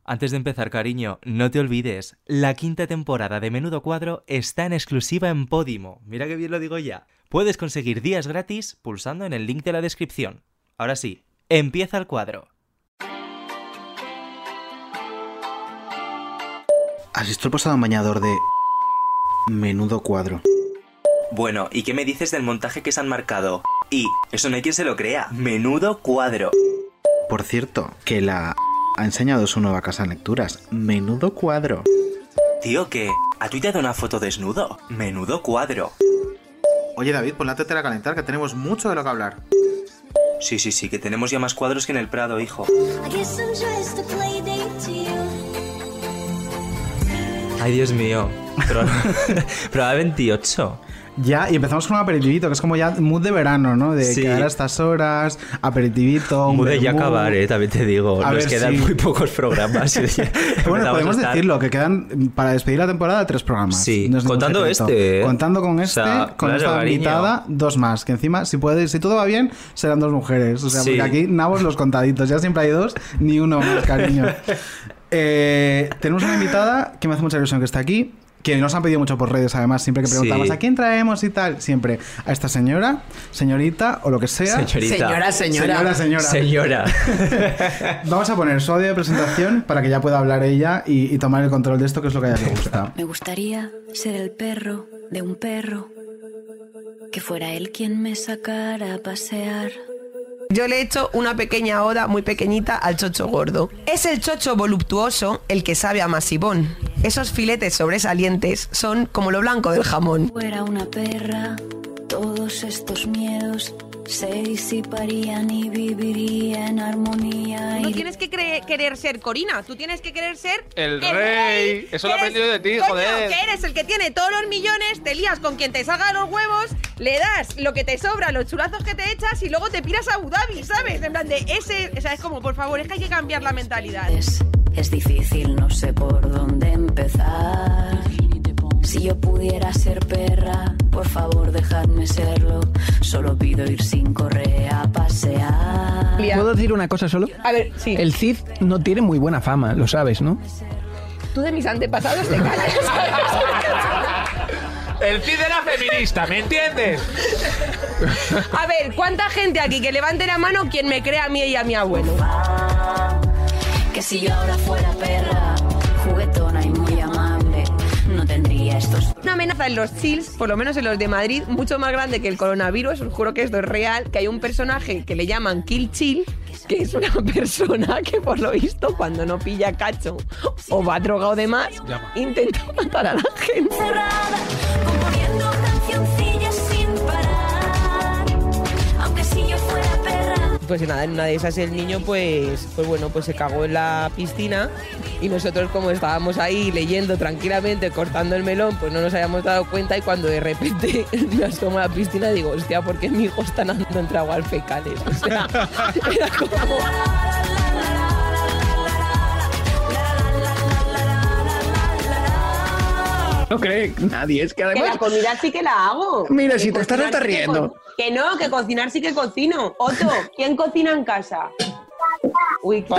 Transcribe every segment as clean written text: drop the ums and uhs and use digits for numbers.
Antes de empezar, cariño, no te olvides, la 5ª temporada de Menudo Cuadro está en exclusiva en Podimo. Mira que bien lo digo ya. Puedes conseguir días gratis pulsando en el link de la descripción. Ahora sí, empieza el cuadro. ¿Has visto el pasado bañador de Menudo Cuadro? Bueno, ¿y qué me dices del montaje que se han marcado? Y, eso no hay quien se lo crea, Menudo Cuadro. Por cierto, que la ha enseñado su nueva casa en lecturas, Menudo Cuadro. Tío, ¿qué? ¿Ha tuiteado una foto desnudo? Menudo Cuadro. Oye, David, pon la tetera a calentar, que tenemos mucho de lo que hablar. Sí, que tenemos ya más cuadros que en el Prado, hijo. Ay, Dios mío. Pero a 28. Ya, y empezamos con un aperitivito, que es como ya mood de verano, ¿no? De Sí. quedar a estas horas, aperitivito, un Mood de ya vermú. acabar, también te digo. A Nos ver, quedan sí. muy pocos programas. Bueno, podemos decirlo, que quedan para despedir la temporada 3 programas. Sí, No es ningún contando secreto. este, ¿eh? Contando con este, O sea, con claro, esta cariño. invitada, 2 más. Que encima, si todo va bien, serán 2 mujeres. O sea, Sí. porque aquí nabos los contaditos. Ya siempre hay 2, ni uno más, cariño. Tenemos una invitada que me hace mucha ilusión que está aquí. Que nos han pedido mucho por redes, además, siempre que preguntamos Sí. a quién traemos y tal, siempre a esta señora, señorita o lo que sea. Señorita. Señora. Vamos a poner su audio de presentación para que ya pueda hablar ella y tomar el control de esto, que es lo que a ella le gusta. Me gustaría ser el perro de un perro, que fuera él quien me sacara a pasear. Yo le he hecho una pequeña oda muy pequeñita al chocho gordo. Es el chocho voluptuoso el que sabe a masibón. Esos filetes sobresalientes son como lo blanco del jamón. Fuera una perra, todos estos miedos se disiparían y viviría en armonía. No tienes que querer ser Corina, tú tienes que querer ser El rey. Eso lo he aprendido de ti, coño, joder. Que eres el que tiene todos los millones, te lías con quien te salga de los huevos, le das lo que te sobra, los chulazos que te echas y luego te piras a Abu Dhabi, ¿sabes? En plan de ese, o sea, es como, por favor, es que hay que cambiar la mentalidad. Es difícil, no sé por dónde empezar. Si yo pudiera ser perra, por favor dejadme serlo. Solo pido ir sin correa a pasear. ¿Puedo decir una cosa solo? A ver, sí. El Cid no tiene muy buena fama, lo sabes, ¿no? Tú de mis antepasados te callas. El Cid era feminista, ¿me entiendes? A ver, ¿cuánta gente aquí que levante la mano quien me crea a mí y a mi abuelo? Que si yo ahora fuera perra, juguetona y muy amable, no tendría estos... Una amenaza en los chills, por lo menos en los de Madrid, mucho más grande que el coronavirus. Os juro que esto es real, que hay un personaje que le llaman Kill Chill, que es una persona que por lo visto cuando no pilla cacho o va drogado de más, intenta matar a la gente. Cerrada, componiendo cancioncillas sin parar, aunque si yo fuera perra... Pues nada, en una de esas el niño pues bueno, pues se cagó en la piscina y nosotros como estábamos ahí leyendo tranquilamente, cortando el melón, pues no nos habíamos dado cuenta y cuando de repente me asomo a la piscina digo, hostia, ¿por qué mi hijo está nadando entre aguas fecales? O sea, era como... No cree nadie, es que Que además... la comida sí que la hago. Mira, Que si te estás cocinar hasta sí que riendo. que no, que cocinar sí que cocino. Otto, ¿quién cocina en casa? Uy, qué...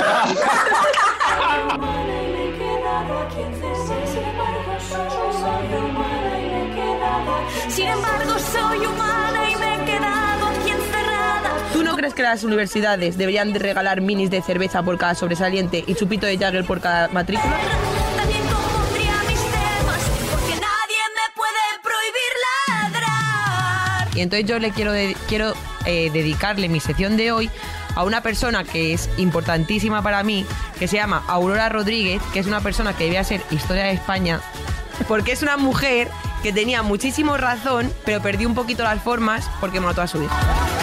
Sin embargo, soy humana y me he quedado aquí encerrada. ¿Tú no crees que las universidades deberían de regalar minis de cerveza por cada sobresaliente y chupito de Jagger por cada matrícula? También compondría mis temas, porque nadie me puede prohibir ladrar. Y entonces yo le quiero dedicarle mi sección de hoy a una persona que es importantísima para mí, que se llama Aurora Rodríguez, que es una persona que debía ser historia de España, porque es una mujer que tenía muchísimo razón, pero perdió un poquito las formas porque mató a su hija.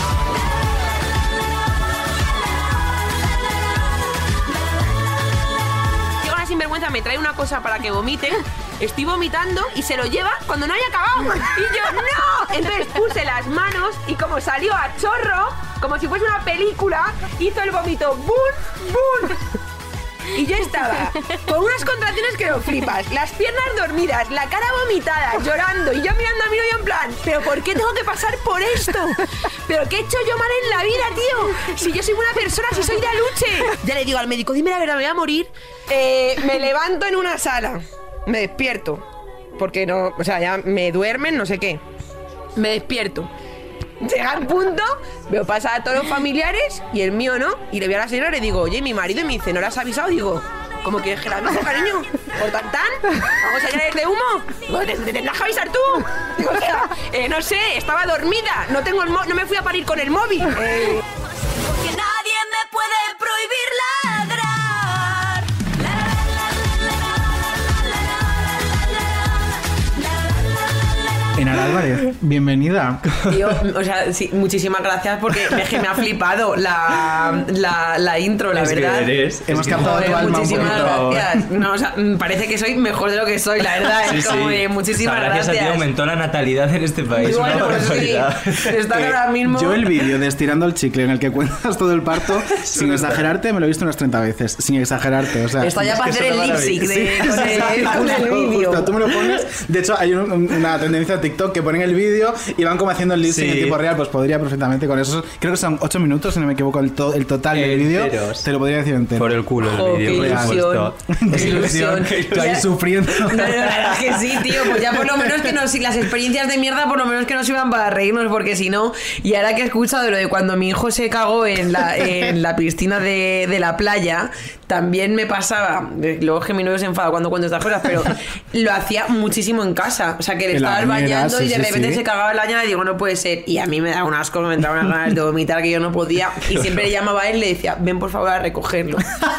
Llega una sinvergüenza, me trae una cosa para que vomiten, estoy vomitando y se lo lleva cuando no haya acabado. Y yo, ¡no! Entonces puse las manos y como salió a chorro, como si fuese una película, hizo el vómito ¡bum! ¡bum! Y yo estaba con unas contracciones que lo flipas, las piernas dormidas, la cara vomitada, llorando, y yo mirando a mi novio en plan, ¿pero por qué tengo que pasar por esto? ¿Pero qué he hecho yo mal en la vida, tío? Si yo soy buena persona, si soy de Aluche. Ya le digo al médico, dime la verdad, me voy a morir. Me levanto en una sala, me despierto, porque no, o sea, ya me duermen, no sé qué. Me despierto. Llega el punto, veo pasar a todos los familiares y el mío no. Y le veo a la señora y le digo, oye, mi marido, y me dice, ¿no le has avisado? Digo, ¿cómo quieres que la avise, cariño? ¿Por tan? ¿Vamos a llenar de humo? Digo, ¿te tendrás que avisar tú? Digo, o sea, no sé, estaba dormida. No me fui a parir con el móvil. Porque nadie me puede prohibir ladrar. Enar Álvarez, bienvenida. Tío, o sea, sí, muchísimas gracias porque es que me ha flipado la intro, la verdad. Hemos captado tu alma un muchísimas poquito. gracias. No, o sea, parece que soy mejor de lo que soy, la verdad. Sí, es como sí. de muchísimas Gracias a ti gracias. aumentó la natalidad en este país. Bueno, una pues sí. barbaridad. Están ahora mismo. Yo el vídeo de Estirando el Chicle en el que cuentas todo el parto, sin exagerarte, me lo he visto unas 30 veces. Sin exagerarte, o sea. Está ya es para que hacer es el una lip sync maravilla. con el vídeo. Justo, tú me lo pones. De hecho, hay una tendencia a TikTok que ponen el vídeo y van como haciendo el lip sync Sí. en tiempo real. Pues podría perfectamente con eso. Creo que son 8 minutos, si no me equivoco, el total del vídeo. Enteros. Te lo podría decir entero. Por el culo Jo, el vídeo, qué por ilusión. supuesto. Qué ilusión. Tú ahí Ya- sufriendo. No, la verdad es que sí, tío. Pues ya por lo menos que nos, las experiencias de mierda, por lo menos que nos iban para reírnos, porque si no. Y ahora que he escuchado lo de cuando mi hijo se cagó en la piscina de la playa, también me pasaba. Luego es que mi novio se enfada cuando cuento estas cosas, pero lo hacía muchísimo en casa. O sea, que le En la estabas bañera, bañando sí, y de sí, repente sí. se cagaba en la bañera y digo, no puede ser. Y a mí me daba un asco, me entraban unas ganas de vomitar que yo no podía. Y siempre le llamaba a él y le decía, ven por favor a recogerlo.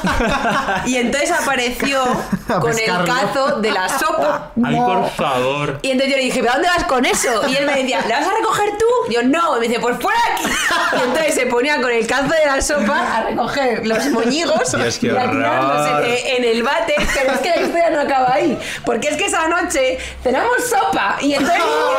Y entonces apareció A con el pescarlo. cazo de la sopa. Ay, por favor. Y entonces yo le dije, ¿pero a dónde vas con eso? Y él me decía, ¿le vas a recoger tú? Y yo, no. Y me dice, pues fuera de aquí. Y entonces se ponía con el cazo de la sopa a recoger los moñigos Dios, qué y a tirarlos horror. en el bate. Pero es que la historia no acaba ahí. Porque es que esa noche cenamos sopa. Y entonces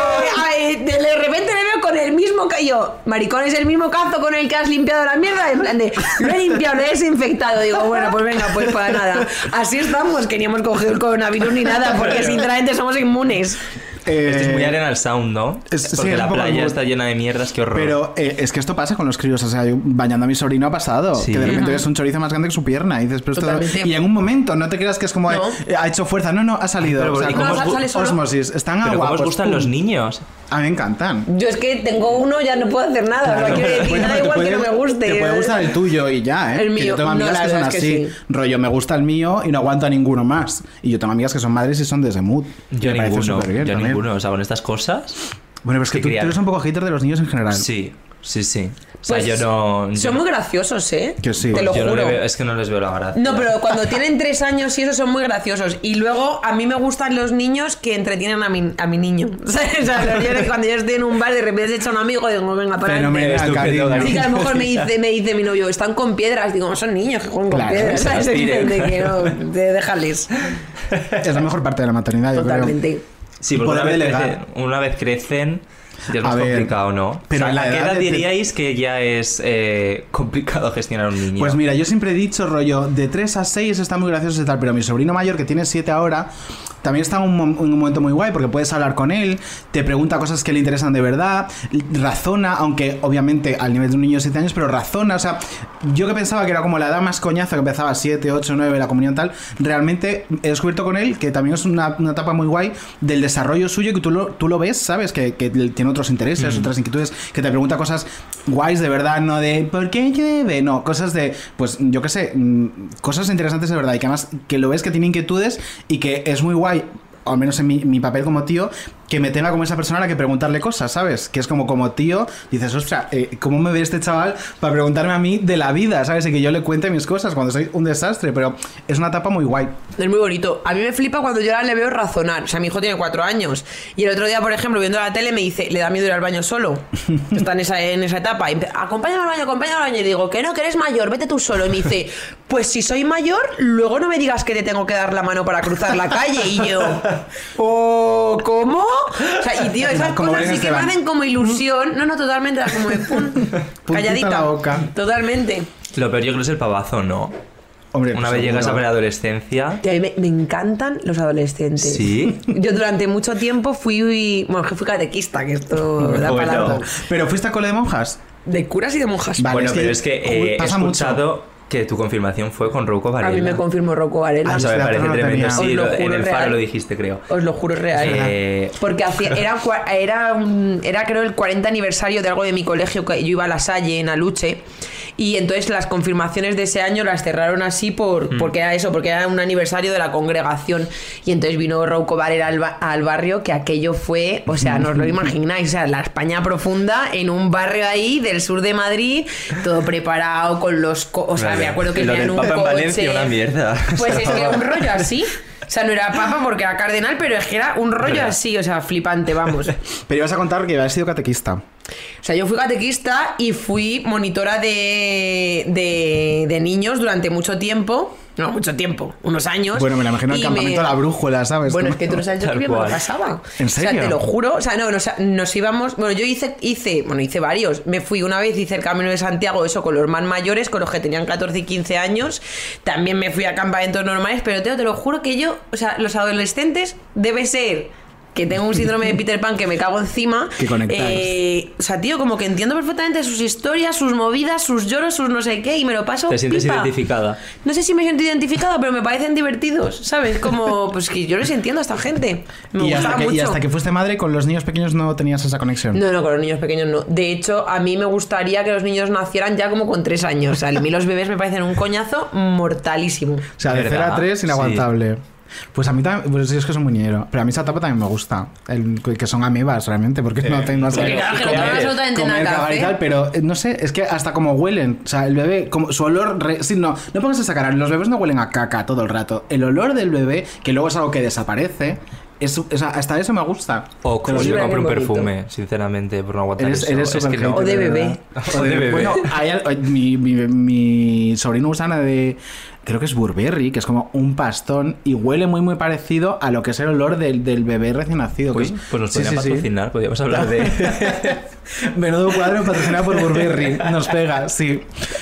de repente le veo con el mismo cazo. Yo, maricón, es el mismo cazo con el que has limpiado la mierda. En plan de, lo he limpiado, lo he desinfectado. Digo, bueno, pues venga, pues para nada. Así estamos, que ni hemos cogido el coronavirus ni nada. Porque sinceramente somos inmunes. Esto es muy Arenal Sound, ¿no? Sí, Porque es la un poco playa como- está llena de mierdas, qué horror. Pero es que esto pasa con los críos. O sea, yo, bañando a mi sobrino ha pasado. Sí. Que de repente ves un chorizo más grande que su pierna. Y dices, pero esto. Totalmente. Y en un momento, no te creas que es como No. Ha hecho fuerza. No, ha salido. Pero O sea, ¿y como cómo sale solo? osmosis. Están Pero ¿cómo os guapos. gustan los niños? A mí me encantan. Yo es que tengo uno, ya no puedo hacer nada. Claro. No quiero decir, Bueno, da te igual que no puede- me guste. Te puede gustar el tuyo y ya, ¿eh? El Que mío. yo tengo No, amigas la que son verdad es que así. sí. Rollo, me gusta el mío y no aguanto a ninguno más. Y yo tengo amigas que son madres y son de ese mood. Yo Me parece ninguno, superbién yo también. ninguno. O sea, con estas cosas. Bueno, pero es que Que tú criar. eres un poco hater de los niños en general. Sí. O sea, Pues yo no. yo Son no- muy graciosos, ¿eh? Que sí. Te lo yo no le juro. veo- es que no les veo la gracia. No, pero cuando tienen 3 años y eso son muy graciosos. Y luego a mí me gustan los niños que entretienen a mi niño. O sea, los niños, cuando yo estoy en un bar de repente se echa un amigo y digo, venga, para Fenomenal, Estupendo, cariño. cariño. Sí, que a lo mejor me dice mi novio, están con piedras. Digo, no son niños que juegan con Claro, piedras. se las ¿Sabes? tiren. De que no, déjales. Es la mejor parte de la maternidad, yo creo. Totalmente. Sí, porque poder delegar. una vez crecen, ya es A más ver, complicado, ¿no? pero O sea, la ¿a qué edad edad de- diríais que ya es complicado gestionar un niño? Pues mira, yo siempre he dicho, rollo, de 3 a 6 está muy gracioso y tal, pero mi sobrino mayor, que tiene 7 ahora, también está en un momento muy guay, porque puedes hablar con él, te pregunta cosas que le interesan de verdad, razona, aunque obviamente al nivel de un niño de 7 años, pero razona, o sea, yo que pensaba que era como la edad más coñazo, que empezaba a 7, 8, 9, la comunión tal, realmente he descubierto con él que también es una etapa muy guay del desarrollo suyo, que tú lo ves, ¿sabes? Que tiene otros intereses, otras inquietudes, que te pregunta cosas guays de verdad, no de ¿por qué llueve? No, cosas de, pues yo qué sé, cosas interesantes de verdad, y que además que lo ves que tiene inquietudes y que es muy guay, o al menos en mi papel como tío, que me tenga como esa persona a la que preguntarle cosas, ¿sabes? Que es como tío, dices, ostras, ¿cómo me ve este chaval para preguntarme a mí de la vida, ¿sabes? Y que yo le cuente mis cosas cuando soy un desastre, pero es una etapa muy guay. Es muy bonito. A mí me flipa cuando yo ahora le veo razonar. O sea, mi hijo tiene 4 años. Y el otro día, por ejemplo, viendo la tele, me dice, le da miedo ir al baño solo. Está en esa etapa. Y acompáñame al baño. Y digo, que no, que eres mayor, vete tú solo. Y me dice, pues si soy mayor, luego no me digas que te tengo que dar la mano para cruzar la calle. Y yo, ¿oh, cómo? O sea, y tío, esas Como cosas Belén sí que me Esteban. hacen como ilusión. No, totalmente, como de pum, Puntita calladita. la boca. Totalmente. Lo peor yo creo es el pavazo, ¿no? Hombre, Una pues vez llegas a seguro. preadolescencia... Que a mí me encantan los adolescentes. Sí. Yo durante mucho tiempo fui catequista, que esto da Bueno. para largo. ¿Pero fuiste a cole de monjas? De curas y de monjas. Vale, Bueno, es que pero es que he pasa mucho. escuchado que tu confirmación fue con Rouco Varela. A mí me confirmó Rocco Varela. O sea, me Ese dato parece no lo tremendo. tenía. Sí, Os lo en juro el Faro real. lo dijiste, creo. Os lo juro, es real. Porque era creo el 40 aniversario de algo de mi colegio, que yo iba a La Salle, en Aluche, y entonces las confirmaciones de ese año las cerraron así porque era eso, porque era un aniversario de la congregación, y entonces vino Rouco Varela al barrio, que aquello fue, o sea, no os lo imagináis, o sea, la España profunda, en un barrio ahí del sur de Madrid, todo preparado con los... o sea, me acuerdo que lo tenían del un Papa en coche... Valencia, una mierda. Pues es que era un rollo así. O sea, no era papa porque era cardenal, pero es que era un rollo así, o sea, flipante, vamos. Pero ibas a contar que habías sido catequista. O sea, yo fui catequista y fui monitora de niños durante mucho tiempo. No, mucho tiempo, unos años. Bueno, me la imagino el Y campamento de la brújula, ¿sabes? Bueno, es que tú no sabes yo Tal qué bien me lo cual. pasaba. ¿En O sea, serio? te lo juro. O sea, no, nos íbamos... Bueno, yo hice varios. Me fui una vez, hice el Camino de Santiago, eso, con los más mayores, con los que tenían 14 y 15 años. También me fui a campamentos normales, pero te lo juro que yo... O sea, los adolescentes debe ser... que tengo un síndrome de Peter Pan que me cago encima. Que conectáis. O sea, tío, como que entiendo perfectamente sus historias, sus movidas, sus lloros, sus no sé qué, y me lo paso ¿Te sientes pipa. identificada? No sé si me siento identificada, pero me parecen divertidos, ¿sabes? Como, pues que yo les entiendo a esta gente. Me Y gustaba hasta, mucho. y hasta que fuiste madre, con los niños pequeños no tenías esa conexión. No, con los niños pequeños no. De hecho, a mí me gustaría que los niños nacieran ya como con 3 años. O sea, a mí los bebés me parecen un coñazo mortalísimo. O sea, de 0 a ¿Verdad? 3 inaguantable. Pues a mí también, pues sí, es que soy muy ñero. Pero a mí esa etapa también me gusta. Que son amebas realmente, porque no tengo Porque claro, que no toman absolutamente nada que cagar y hacer. tal, pero no sé, es que hasta como huelen. O sea, el bebé, como su olor. Sí, no pongas esa cara. Los bebés no huelen a caca todo el rato. El olor del bebé, que luego es algo que desaparece. Hasta eso me gusta. O como Sí, yo me bien compro un bonito. perfume, sinceramente, por no aguantar Eres eso. súper Es que no. O de bebé. O de bebé. Bueno, mi sobrino usa una de... Creo que es Burberry, que es como un pastón y huele muy muy parecido a lo que es el olor del bebé recién nacido. que Uy, es- pues nos sí, podrían sí, sí. patrocinar, podríamos hablar de... Menudo cuadro patrocinado por Burberry. Nos pega, sí.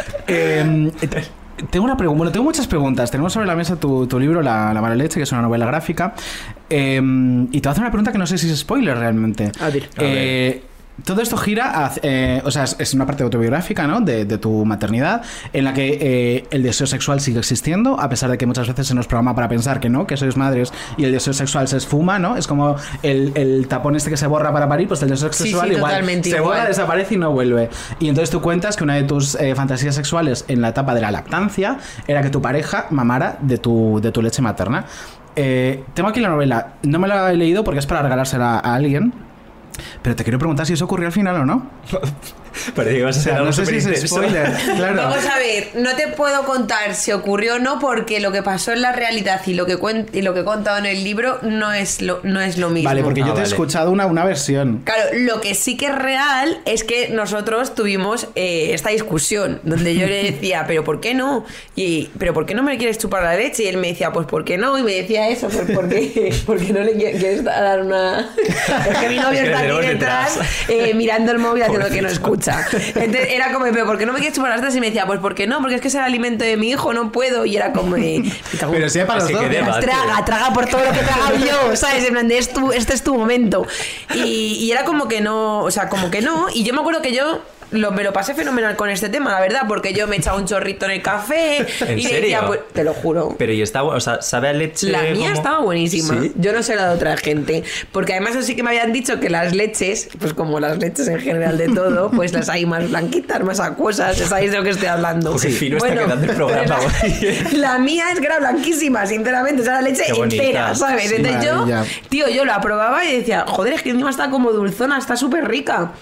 Tengo una pregunta. Bueno, tengo muchas preguntas. Tenemos sobre la mesa tu libro, La mala leche, que es una novela gráfica. Y te voy a hacer una pregunta que no sé si es spoiler realmente. A ver. Todo esto gira, o sea, es una parte autobiográfica, ¿no? De tu maternidad, en la que el deseo sexual sigue existiendo, a pesar de que muchas veces se nos programa para pensar que no, que sois madres y el deseo sexual se esfuma, ¿no? Es como el tapón este que se borra para parir, pues el deseo Sí, sexual sí, igual totalmente se igual. borra, desaparece y no vuelve. Y entonces tú cuentas que una de tus fantasías sexuales en la etapa de la lactancia era que tu pareja mamara de tu leche materna. Tengo aquí la novela, no me la he leído porque es para regalársela a alguien. Pero te quiero preguntar si eso ocurrió al final o no. Parece que vas a O hacer sea, algo no sé si es superintenso. spoiler. Claro. Vamos a ver, no te puedo contar si ocurrió o no, porque lo que pasó en la realidad y lo que he contado en el libro no es lo mismo. Vale, porque yo te he vale. escuchado una versión. Claro, lo que sí que es real es que nosotros tuvimos esta discusión donde yo le decía, pero ¿por qué no? ¿Pero por qué no me quieres chupar la leche? Y él me decía, pues ¿por qué no? Y me decía eso, pues ¿por qué? Porque no le quieres dar una... Es que mi novio Es que está le aquí tenemos detrás mirando el móvil haciendo que no escucha. Entonces era como, pero ¿por qué no me quieres chupar las tetas? Y me decía, pues ¿por qué no? Porque es que es el alimento de mi hijo, no puedo. Y era como... Pero sí para los Así dos. que debate. Traga por todo lo que he tragado yo, ¿sabes? En plan de, este es tu momento. Y era como que no, o sea, como que no. Y yo me acuerdo que yo me lo pasé fenomenal con este tema, la verdad, porque yo me echaba un chorrito en el café. ¿En y serio? decía, pues, te lo juro. Pero y estaba, o sea, sabe a leche. La mía como- estaba buenísima. ¿Sí? Yo no sé la de otra gente. Porque además así que me habían dicho que las leches, pues como las leches en general de todo, pues las hay más blanquitas, más acuosas. ¿Sabéis de lo que estoy hablando? Qué fino está quedando el programa hoy. La mía es que era blanquísima, sinceramente. O sea, la leche Qué bonita. entera, ¿sabes? Sí, Entonces maravilla. yo la probaba y decía, joder, es que encima está como dulzona, está súper rica.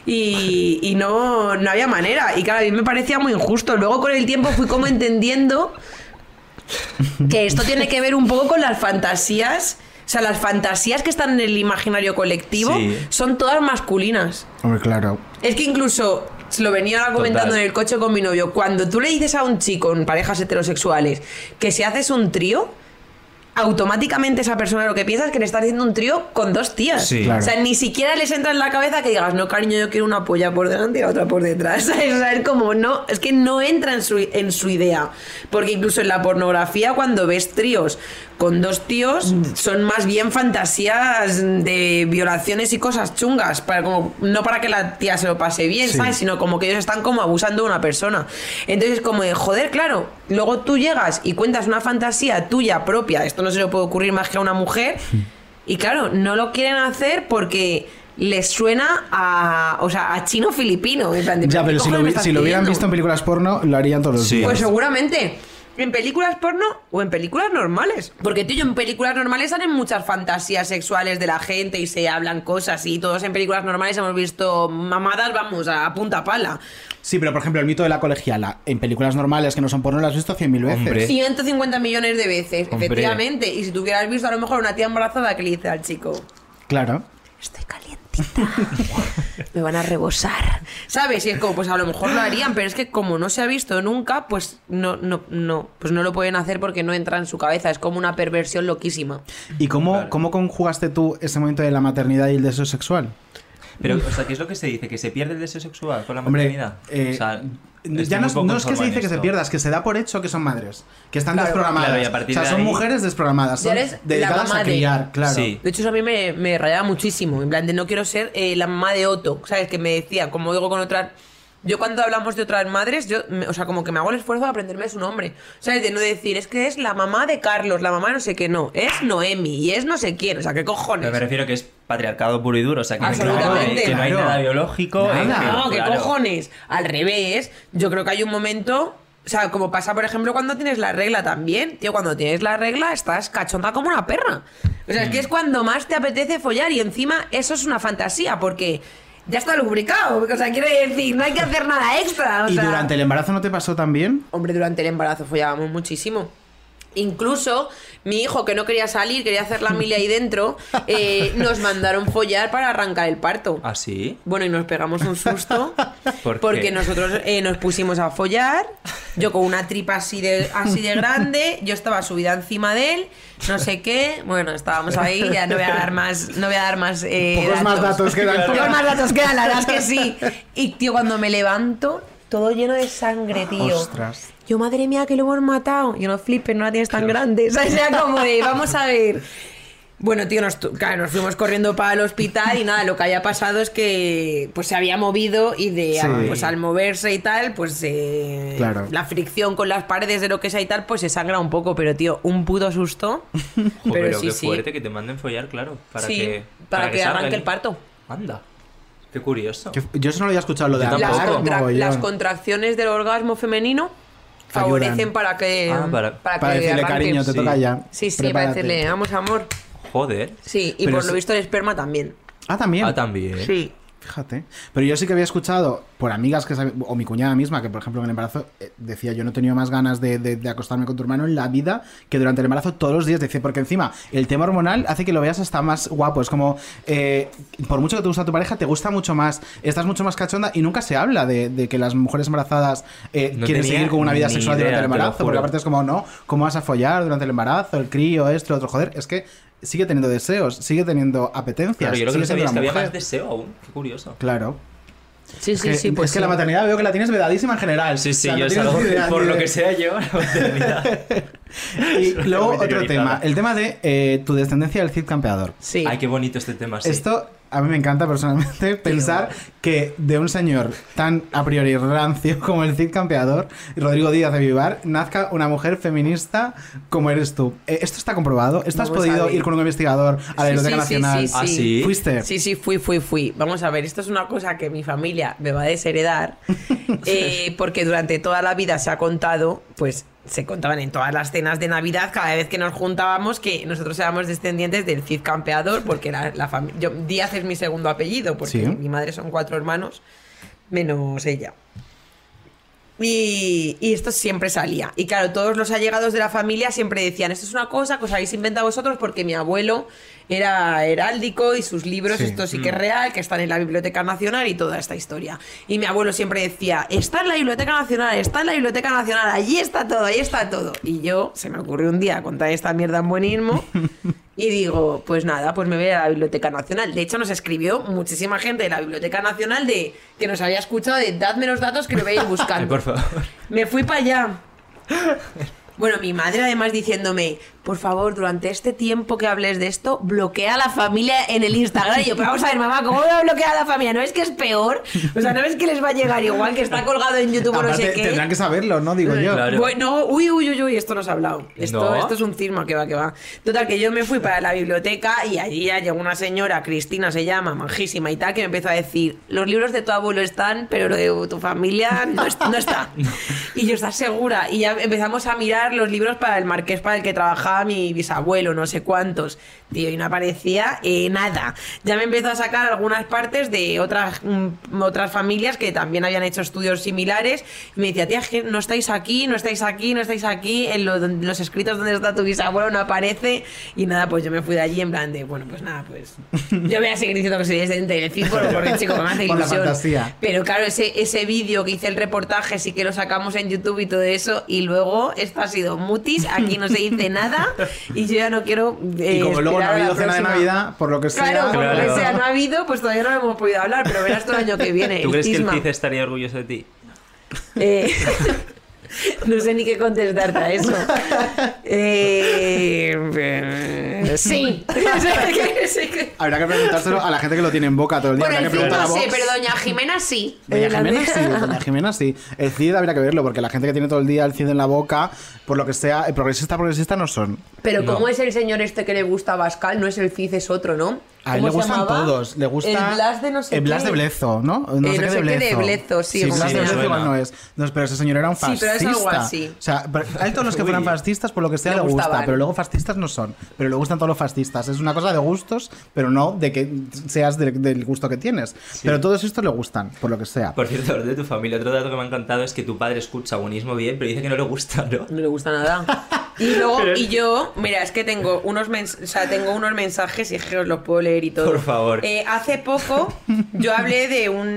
Y no había manera. Y claro, a mí me parecía muy injusto. Luego con el tiempo fui como entendiendo que esto tiene que ver un poco con las fantasías. O sea, las fantasías que están en el imaginario colectivo Sí. son todas masculinas. Hombre, claro. Es que incluso se lo venía comentando Total. en el coche con mi novio. Cuando tú le dices a un chico en parejas heterosexuales que si haces un trío, automáticamente esa persona lo que piensa es que le está haciendo un trío con 2 tías. Sí. Claro. O sea, ni siquiera les entra en la cabeza que digas, no, cariño, yo quiero una polla por delante y la otra por detrás. ¿Sabes? O sea, es como, no, es que no entra en su idea. Porque incluso en la pornografía, cuando ves tríos con 2 tíos, son más bien fantasías de violaciones y cosas chungas. No para que la tía se lo pase bien, Sí. ¿sabes? Sino como que ellos están como abusando de una persona. Entonces, como de, joder, claro, luego tú llegas y cuentas una fantasía tuya propia, esto no se le puede ocurrir más que a una mujer, y claro, no lo quieren hacer porque les suena a chino filipino. En plan de, Ya, ¿qué pero si cojones me estás lo hubieran pidiendo? visto en películas porno, lo harían todos los Sí. días. Pues seguramente. ¿En películas porno o en películas normales? Porque, tío, en películas normales salen muchas fantasías sexuales de la gente y se hablan cosas, y todos en películas normales hemos visto mamadas, vamos, a punta pala. Sí, pero por ejemplo, el mito de la colegiala, en películas normales que no son porno, lo has visto 100.000 veces. Hombre. 150 millones de veces, Hombre. efectivamente. Y si tú hubieras visto a lo mejor una tía embarazada que le dice al chico, Claro. estoy calientita, me van a rebosar, ¿sabes? Y es como, pues a lo mejor lo harían, pero es que como no se ha visto nunca, pues no lo pueden hacer porque no entra en su cabeza. Es como una perversión loquísima. ¿Y cómo conjugaste tú ese momento de la maternidad y el deseo sexual? Pero, o sea, ¿qué es lo que se dice? ¿Que se pierde el deseo sexual con la Hombre, maternidad? O sea, ya estoy muy no poco es que se informado dice en que se esto. pierda, es que se da por hecho que son madres, que están Claro, desprogramadas. claro, y a partir o sea, de son ahí- mujeres desprogramadas, son Ya eres la dedicadas mamá a de- criar, claro. Sí. De hecho, eso a mí me rayaba muchísimo. En plan, de no quiero ser la mamá de Otto, ¿sabes? Que me decía, como digo con otras... Yo cuando hablamos de otras madres, o sea, como que me hago el esfuerzo de aprenderme su nombre. ¿Sabes? De no decir, es que es la mamá de Carlos, la mamá no sé qué, no. Es Noemi y es no sé quién. O sea, ¿qué cojones? Pero me refiero que es patriarcado puro y duro, o sea, que, Absolutamente. que no hay Claro. nada biológico. Nada. No, ¿qué claro. cojones? Al revés, yo creo que hay un momento... O sea, como pasa, por ejemplo, cuando tienes la regla también. Tío, cuando tienes la regla estás cachonda como una perra. O sea, es que es cuando más te apetece follar y encima eso es una fantasía porque ya está lubricado. O sea, quiero decir, no hay que hacer nada extra. O ¿Y sea, durante el embarazo no te pasó también? Hombre, durante el embarazo follábamos muchísimo. Incluso mi hijo, que no quería salir, quería hacer la mili ahí dentro, nos mandaron follar para arrancar el parto. ¿Ah, sí? Bueno, y nos pegamos un susto ¿Por qué? porque nosotros nos pusimos a follar, yo con una tripa así de grande, yo estaba subida encima de él, no sé qué, bueno, estábamos ahí, ya no voy a dar más Pocos más datos quedan. Pocos más datos quedan, la verdad es que sí. Y tío, cuando me levanto, todo lleno de sangre, tío. Ostras. Yo, madre mía, que lo hemos matado. Yo, no flipes, no la tienes tan grande. O sea, era como de, vamos a ver. Bueno, tío, claro, nos fuimos corriendo para el hospital y nada, lo que había pasado es que pues se había movido y Sí. pues al moverse y tal, pues Claro. la fricción con las paredes de lo que sea y tal, pues se sangra un poco, pero tío, un puto susto. Joder, pero qué sí, fuerte que te manden follar, claro. Para sí, que, para que salga arranque el parto. Anda. Qué curioso. Yo eso no lo había escuchado, lo de Yo hablar, tampoco. mogollón. Las contracciones del orgasmo femenino Ayudan. favorecen para que para que decirle, arranque. cariño, te Sí. toca ya. Sí, sí, Prepárate. para decirle, vamos, amor. Joder. Sí, y Pero por lo visto el esperma también. Ah, también. Ah, también. Sí. Fíjate. Pero yo sí que había escuchado por amigas que o mi cuñada misma, que por ejemplo en el embarazo decía, yo no he tenido más ganas de acostarme con tu hermano en la vida que durante el embarazo todos los días. Dice, porque encima el tema hormonal hace que lo veas hasta más guapo. Es como, por mucho que te gusta tu pareja, te gusta mucho más, estás mucho más cachonda y nunca se habla de que las mujeres embarazadas quieren tenía seguir con una vida ni sexual idea, durante el te lo embarazo. Porque juro. aparte es como, no, ¿cómo vas a follar durante el embarazo? El crío, esto, lo otro. Joder, es que sigue teniendo deseos, sigue teniendo apetencias. Claro, yo lo que no sigue siendo sabía es que una había mujer. más deseo aún. Qué curioso. Claro. Sí, Es que la maternidad veo que la tienes vedadísima en general. Sí, sí, O sea, yo no es tienes algo, ni idea por ni lo de- que sea yo, la maternidad. Y luego Muy otro interiorizada. tema, el tema de tu descendencia del Cid campeador. Sí. Ay, qué bonito este tema, sí. Esto a mí me encanta personalmente pensar que de un señor tan a priori rancio como el Cid campeador, Rodrigo Díaz de Vivar, nazca una mujer feminista como eres tú. ¿Esto está comprobado? ¿Esto has Vamos a podido ver. ir con un investigador a la Sí, Biblioteca sí, sí, Nacional? sí, ¿Ah, sí? ¿Fuiste? Sí, sí, fui. Vamos a ver, esto es una cosa que mi familia me va a desheredar, porque durante toda la vida se ha contado, pues se contaban en todas las cenas de Navidad, cada vez que nos juntábamos, que nosotros éramos descendientes del Cid campeador, porque la familia... Díaz es mi segundo apellido, porque Sí. mi madre son 4 hermanos, menos ella. Y esto siempre salía. Y claro, todos los allegados de la familia siempre decían, esto es una cosa que os habéis inventado vosotros porque mi abuelo era heráldico y sus libros, Sí. esto sí que es real, que están en la Biblioteca Nacional y toda esta historia. Y mi abuelo siempre decía, está en la Biblioteca Nacional, está en la Biblioteca Nacional, allí está todo, ahí está todo. Y yo, se me ocurrió un día contar esta mierda en buenismo y digo, pues nada, pues me voy a la Biblioteca Nacional. De hecho, nos escribió muchísima gente de la Biblioteca Nacional de que nos había escuchado de dadme los datos que lo voy a ir buscando. Ay, por favor. Me fui para allá. Bueno, mi madre además diciéndome, por favor, durante este tiempo que hables de esto, bloquea a la familia en el Instagram. Y yo, pero vamos a ver, mamá, ¿cómo voy a bloquear a la familia? ¿No es que es peor? O sea, ¿no ves que les va a llegar igual que está colgado en YouTube o no sé Aparte, qué? tendrán que saberlo, ¿no? Digo yo. Claro. Bueno, uy, esto no se ha hablado. Esto ¿No? es un cisma, que va. Total, que yo me fui para la biblioteca y allí ya llegó una señora, Cristina se llama, manjísima y tal, que me empezó a decir, los libros de tu abuelo están, pero lo de tu familia no está. Y yo, ¿estás segura? Y ya empezamos a mirar los libros para el marqués para el que trabajaba mi bisabuelo, no sé cuántos. Tío, y no aparecía nada. Ya me empezó a sacar algunas partes de otras familias que también habían hecho estudios similares. Y me decía, tía, es que no estáis aquí, en los escritos donde está tu bisabuelo no aparece. Y nada, pues yo me fui de allí en plan de, bueno, pues nada, pues yo voy a seguir diciendo que soy descendiente del círculo porque, chico, me hace Con la ilusión. fantasía. Pero claro, ese vídeo que hice el reportaje sí que lo sacamos en YouTube y todo eso. Y luego esto ha sido mutis, aquí no se dice nada. Y yo ya no quiero Y como luego no ha habido cena de Navidad, por lo que sea. Claro, por lo que Claro. sea, no ha habido, pues todavía no lo hemos podido hablar, pero verás todo el año que viene. ¿Tú crees que el cisma. CID estaría orgulloso de ti? No sé ni qué contestarte a eso. Sí. Habrá que preguntárselo a la gente que lo tiene en boca todo el día. Bueno, Habrá el que CID preguntar a no sé, Vox. pero doña Jimena sí. Doña Jimena sí. El CID habría que verlo, porque la gente que tiene todo el día el CID en la boca, por lo que sea, progresista no son. Pero No. ¿cómo es el señor este que le gusta a Bascal? No es el CID, es otro, ¿no? A él le ¿Cómo se gustan llamaba? todos. Le gusta. El Blas de no sé El Blas qué. de Blezo, ¿no? No sé qué de Blezo. sí, Blas sí, de me Blezo suena. igual no es. No, pero ese señor era un Sí, fascista. pero es algo así. O sea, a él todos los que fueran fascistas, por lo que sea, Le le gusta. gustaban. Pero luego fascistas no son. Pero le gustan todos los fascistas. Es una cosa de gustos, pero no de que seas del gusto que tienes. Pero todos estos le gustan, por lo que sea. Por cierto, de tu familia, otro dato que me ha encantado es que tu padre escucha buenismo bien, pero dice que no le gusta, ¿no? No le gusta nada. Y luego, y yo, mira, es que tengo unos mensajes y es que os los puedo leer y todo. Por favor. Hace poco yo hablé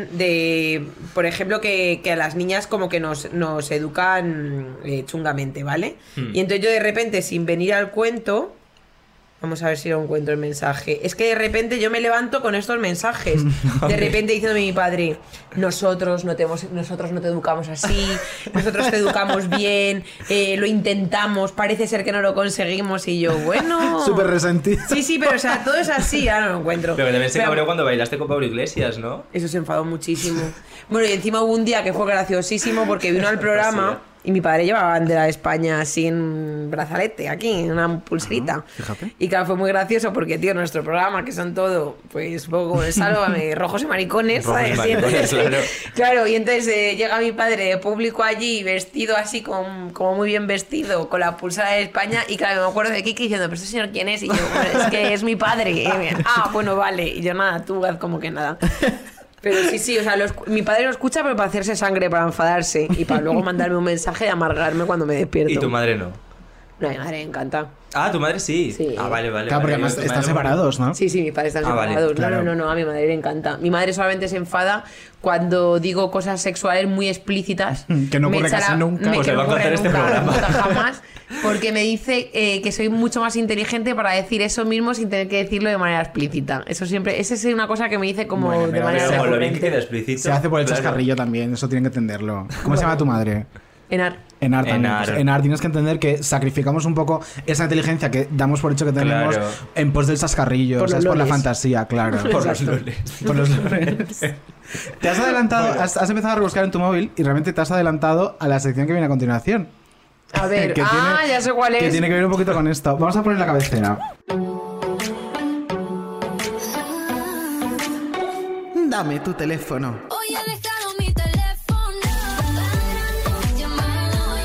por ejemplo, que a las niñas como que nos educan chungamente, ¿vale? Y entonces yo de repente, sin venir al cuento, vamos a ver si lo encuentro el mensaje. Es que de repente yo me levanto con estos mensajes. De repente diciéndome mi padre, nosotros no te educamos así, nosotros te educamos bien, lo intentamos, parece ser que no lo conseguimos. Y yo, bueno... Súper resentido. Sí, pero o sea, todo es así, ahora no lo encuentro. Pero que también se Pero- cabreó cuando bailaste con Pablo Iglesias, ¿no? Eso se enfadó muchísimo. Bueno, y encima hubo un día que fue graciosísimo porque vino al programa y mi padre llevaba bandera de España así en un brazalete, aquí, en una pulserita. Fíjate. Y claro, fue muy gracioso porque, tío, nuestro programa, que son todo, pues, un poco como el Sálvame, rojos y maricones, Rojos y ¿sabes? maricones, Y entonces, claro. claro, y entonces llega mi padre de público allí, vestido así, como muy bien vestido, con la pulsera de España, y claro, me acuerdo de Kiki diciendo, ¿pero este señor quién es? Y yo, bueno, es que es mi padre. Bueno, vale. Y yo, nada, tú haz como que nada. Pero sí, o sea, mi padre lo escucha, pero para hacerse sangre, para enfadarse y para luego mandarme un mensaje y amargarme cuando me despierto. Y tu madre no. No, a mi madre le encanta. Ah, tu madre sí. Sí. Ah, vale. Claro, porque vale. además Tu están madre- separados, ¿no? Sí, mis padres están Ah, vale, separados. claro. No, a mi madre le encanta. Mi madre solamente se enfada cuando digo cosas sexuales muy explícitas. Que no Me ocurre echa casi nunca. Pues que le va no a contar ocurre este nunca, programa. nunca, jamás. Porque me dice que soy mucho más inteligente para decir eso mismo sin tener que decirlo de manera explícita. Eso siempre, esa es una cosa que me dice como Bueno, de pero manera Pero con lo bien que recurrente. queda explícito. Se hace por el claro. chascarrillo también, eso tienen que entenderlo. ¿Cómo se llama tu madre? Enar. Enar también. Enar. Pues Enar, tienes que entender que sacrificamos un poco esa inteligencia que damos por hecho que tenemos Claro. en pos del chascarrillo, Por o sea, los es por la loles. fantasía, claro. Por los Exacto. loles. Por los loles. Te has adelantado, has empezado a rebuscar en tu móvil y realmente te has adelantado a la sección que viene a continuación. A ver, Que tiene- ya sé cuál es. Que tiene que ver un poquito con esto. Vamos a poner la cabecera. Dame tu teléfono. Hoy he dejado mi teléfono llamando.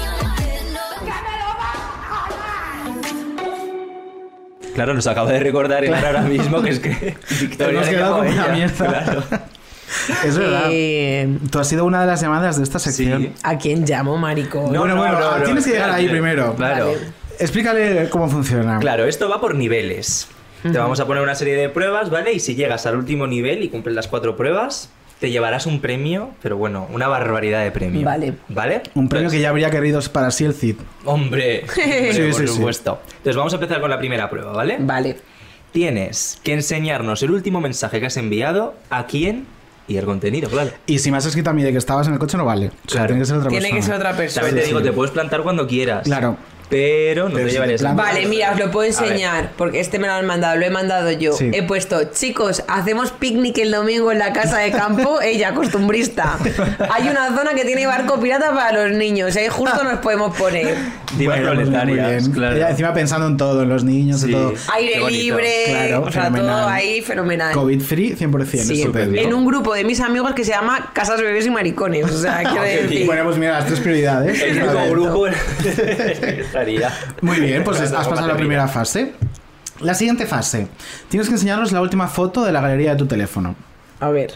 Claro, nos acaba de recordar Enar ahora mismo que es que Victoria Hemos le quedado llamó a como una ella. mierda. Claro. Es verdad. Tú has sido una de las llamadas de esta sección. Sí. ¿A quién llamo, maricón? Bueno, tienes que llegar ahí primero. Claro. Vale. Explícale cómo funciona. Claro, esto va por niveles. Te vamos a poner una serie de pruebas, ¿vale? Y si llegas al último nivel y cumples las 4 pruebas, te llevarás un premio, pero bueno, una barbaridad de premio. Vale. ¿Vale? Un premio que ya habría querido para sí el Cid. Hombre, Sí, por sí. supuesto. Entonces vamos a empezar con la primera prueba, ¿vale? Vale. Tienes que enseñarnos el último mensaje que has enviado, a quién y el contenido, claro. Y si me has escrito a mí de que estabas en el coche, no vale. O sea, Claro. tiene que ser otra Tiene persona. que ser otra persona. También te digo, sí. te puedes plantar cuando quieras. Claro. Pero no Pero te si llevarías te el- Vale, mira, os lo puedo enseñar, porque este me lo han mandado, lo he mandado yo. Sí. He puesto, chicos, hacemos picnic el domingo en la casa de campo, ella, costumbrista. Hay una zona que tiene barco pirata para los niños, ahí justo nos podemos poner. Divas Bueno, pues muy proletarias, bien. claro. Ella encima pensando en todo, en los niños, Sí. y todo. Qué Aire bonito. libre, Claro, o sea, fenomenal. todo ahí fenomenal. COVID free, 100%. Sí, estupendo. en un grupo de mis amigos que se llama Casas, Bebés y Maricones. O sea, quiero decir. Bueno, pues mira, las 3 prioridades. El Vale. único grupo estaría. Muy bien, pues Claro, has pasado la primera fase. La siguiente fase. Tienes que enseñarnos la última foto de la galería de tu teléfono. A ver.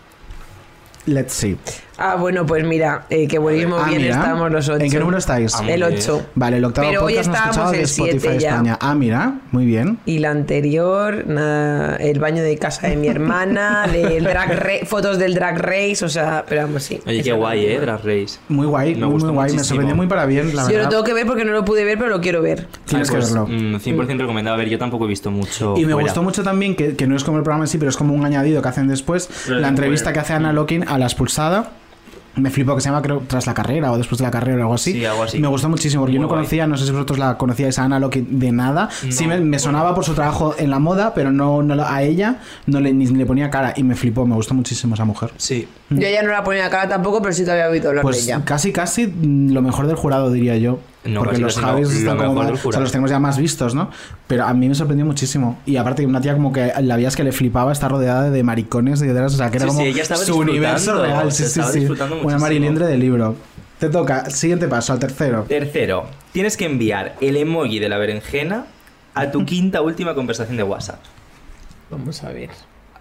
Let's see. Ah, bueno, pues mira, qué buenísimo bien mira. estamos los 8. ¿En qué número estáis? Ah, El 8. Vale, el octavo Pero hoy podcast no estábamos escuchado de el Spotify 7 ya. España. Ah, mira, muy bien. Y la anterior, nada, el baño de casa de mi hermana, fotos del drag race, o sea, pero vamos, sí. Oye, qué Esa guay, no. Drag Race. Muy guay, Me muy gustó guay. Me muchísimo. sorprendió muy para bien, la Yo verdad. lo tengo que ver porque no lo pude ver, pero lo quiero ver. Tienes que Pues, verlo. 100% recomendado. A ver, yo tampoco he visto mucho. Y me fuera. gustó mucho también, que no es como el programa en sí, pero es como un añadido que hacen después, Pero la es entrevista bueno. que hace Ana Lokin a la expulsada. Me flipo, que se llama, creo, Tras la carrera o Después de la carrera o algo así. Sí, algo así. Me gustó muchísimo, porque yo Muy no guay. conocía, no sé si vosotros la conocíais a Ana Lokin de nada. Sí, me bueno. sonaba por su trabajo en la moda, pero no a ella ni le ponía cara. Y me flipó, me gustó muchísimo esa mujer. Sí. Yo ya no la ponía cara tampoco, pero sí te había oído hablar de Pues ella. casi lo mejor del jurado, diría yo. No, porque casi los casi no, Javis lo están como mejor más, del o sea, jurado. los tenemos ya más vistos, ¿no? Pero a mí me sorprendió muchísimo. Y aparte, una tía como que la veías que le flipaba estar rodeada de maricones y de o sea, que era Sí, como sí, ella estaba su universo disfrutando, real. se Sí, sí, estaba sí. disfrutando Una muchísimo. marilindre del libro. Te toca, siguiente paso, al tercero. Tercero, tienes que enviar el emoji de la berenjena a tu quinta última conversación de WhatsApp. Vamos a ver.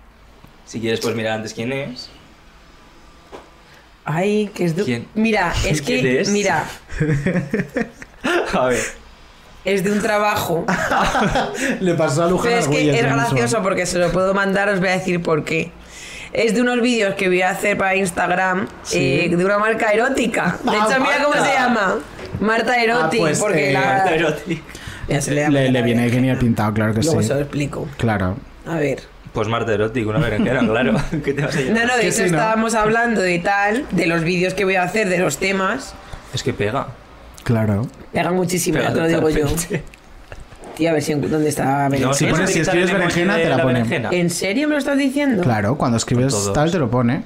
Si quieres, pues mirar antes quién es. Ay, que es de... ¿Quién? Mira, es ¿Quién que... es? Mira, A ver. es de un trabajo. Le pasó a Luján Pero es que Argüelles es lo mismo. gracioso porque se lo puedo mandar, os voy a decir por qué. Es de unos vídeos que voy a hacer para Instagram de una marca erótica. De hecho, mira cómo Marta. se llama. Marta Erotic. pues, porque Marta Ya se le llama. Le viene genial pintado, claro que Luego sí. se lo explico. Claro. A ver. Pues Marta Erótico, una berenjena, claro. ¿Qué te vas a llevar? No, de Que hecho sí, ¿no? estábamos hablando de tal, de los vídeos que voy a hacer, de los temas. Es que pega. Claro. Pega muchísimo, ya te lo digo yo. Tío, a ver si dónde está berenjena. Si pones- si escribes berenjena, te la pone. ¿En serio me lo estás diciendo? Claro, cuando escribes Con todos. tal te lo pone.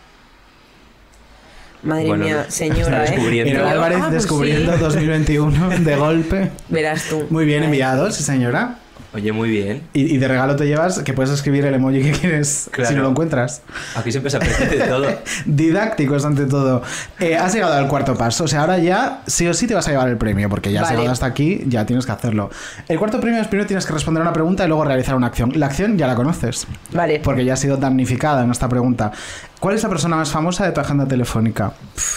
Madre Bueno, mía, está señora, descubriendo. Era Pero- Álvarez pues descubriendo sí. 2021 de golpe. Verás tú. Muy bien enviado, sí señora. Oye, muy bien. Y de regalo te llevas que puedes escribir el emoji que quieres Claro. si no lo encuentras. Aquí siempre se aprende de todo. Didácticos ante todo. Has llegado al cuarto paso. O sea, ahora ya sí o sí te vas a llevar el premio, porque ya has Vale. llegado hasta aquí, ya tienes que hacerlo. El cuarto premio es primero tienes que responder a una pregunta y luego realizar una acción. La acción ya la conoces, Vale. porque ya ha sido damnificada en esta pregunta. ¿Cuál es la persona más famosa de tu agenda telefónica?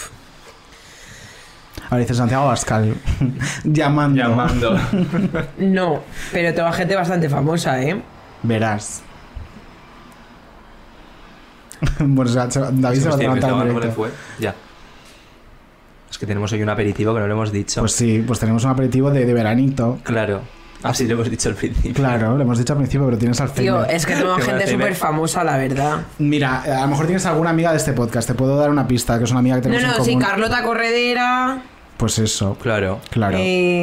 Ahora dice Santiago Abascal. Llamando. No, pero tengo gente bastante famosa, ¿eh? Verás. Bueno, o sea, David se va a levantar en ¿Cómo le directo. fue? Ya. Es que tenemos hoy un aperitivo que no lo hemos dicho. Pues sí, pues tenemos un aperitivo de veranito. Claro. Así lo hemos dicho al principio. Claro, lo hemos dicho al principio, pero tienes Alzheimer. Tío, es que tengo Qué gente Alzheimer. súper famosa, la verdad. Mira, a lo mejor tienes alguna amiga de este podcast. Te puedo dar una pista, que es una amiga que No, tenemos en no, sí, común. Carlota Corredera. Pues eso, Claro. claro.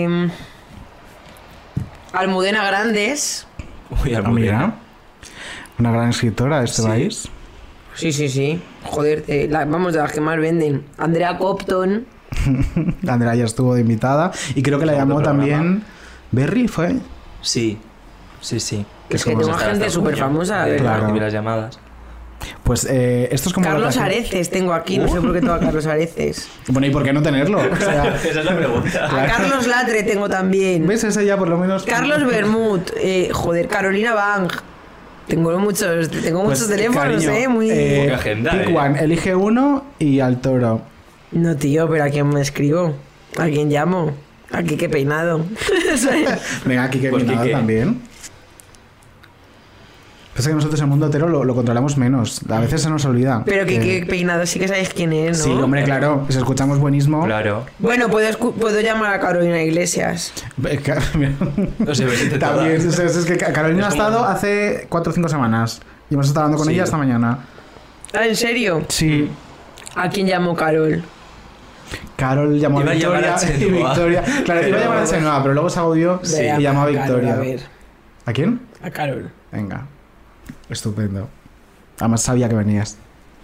Almudena Grandes. Uy, Ah, mira, una gran escritora de este Sí. país. Sí, sí, sí. Joder, vamos, de las que más venden. Andrea Copton. Andrea ya estuvo de invitada. Y creo que la Segundo llamó programa. también Berry, ¿fue? Sí. Sí, sí. Es que como tengo Hasta gente hasta súper coño famosa, la de verdad. Claro. recibir las llamadas. Pues esto es como... Carlos lo que- Areces tengo aquí, no sé por qué tengo a Carlos Areces. Bueno, ¿y por qué no tenerlo? O sea, Esa es la pregunta. A Carlos Latre tengo también. ¿ves? Ese ya por lo menos... Carlos Bermud. Joder, Carolina Bang. Tengo muchos Pues, teléfonos, cariño, muy... agenda, pick eh. one, elige uno y al toro. No, tío, pero ¿a quién me escribo? ¿A quién llamo? Aquí qué peinado. Venga, aquí que Pues nada Quique. también. Pasa que nosotros el mundo hetero lo controlamos menos. A veces se nos olvida. Pero qué peinado sí que sabéis quién es, ¿no? Sí, hombre, claro. Si escuchamos buenismo. Claro. Bueno, puedo llamar a Carolina Iglesias. No sé, vete todas. También, es que Carolina ha Es como- estado hace 4 o 5 semanas. Y hemos estado hablando con Sí. ella esta mañana. ¿Ah, en serio? Sí. ¿A quién llamo Carol? Carol llamó Iba a a llamar Victoria. a Y Chenoa. Victoria. Claro, iba a llamar a Chenoa, pero luego se agobió Sí. y llamó a Carol, Victoria. a ver. ¿A quién? A Carol. Venga. Estupendo. Además sabía que venías.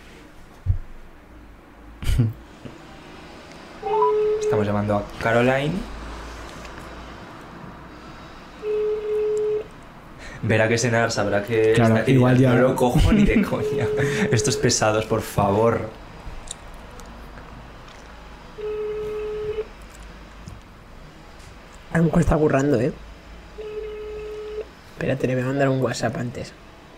Estamos llamando a Caroline. Verá que cenar, sabrá que Claro, está igual querida. ya- No lo cojo ni de coña. Estos pesados, por favor. A lo mejor está currando, ¿eh? Espérate, le voy a mandar un WhatsApp antes.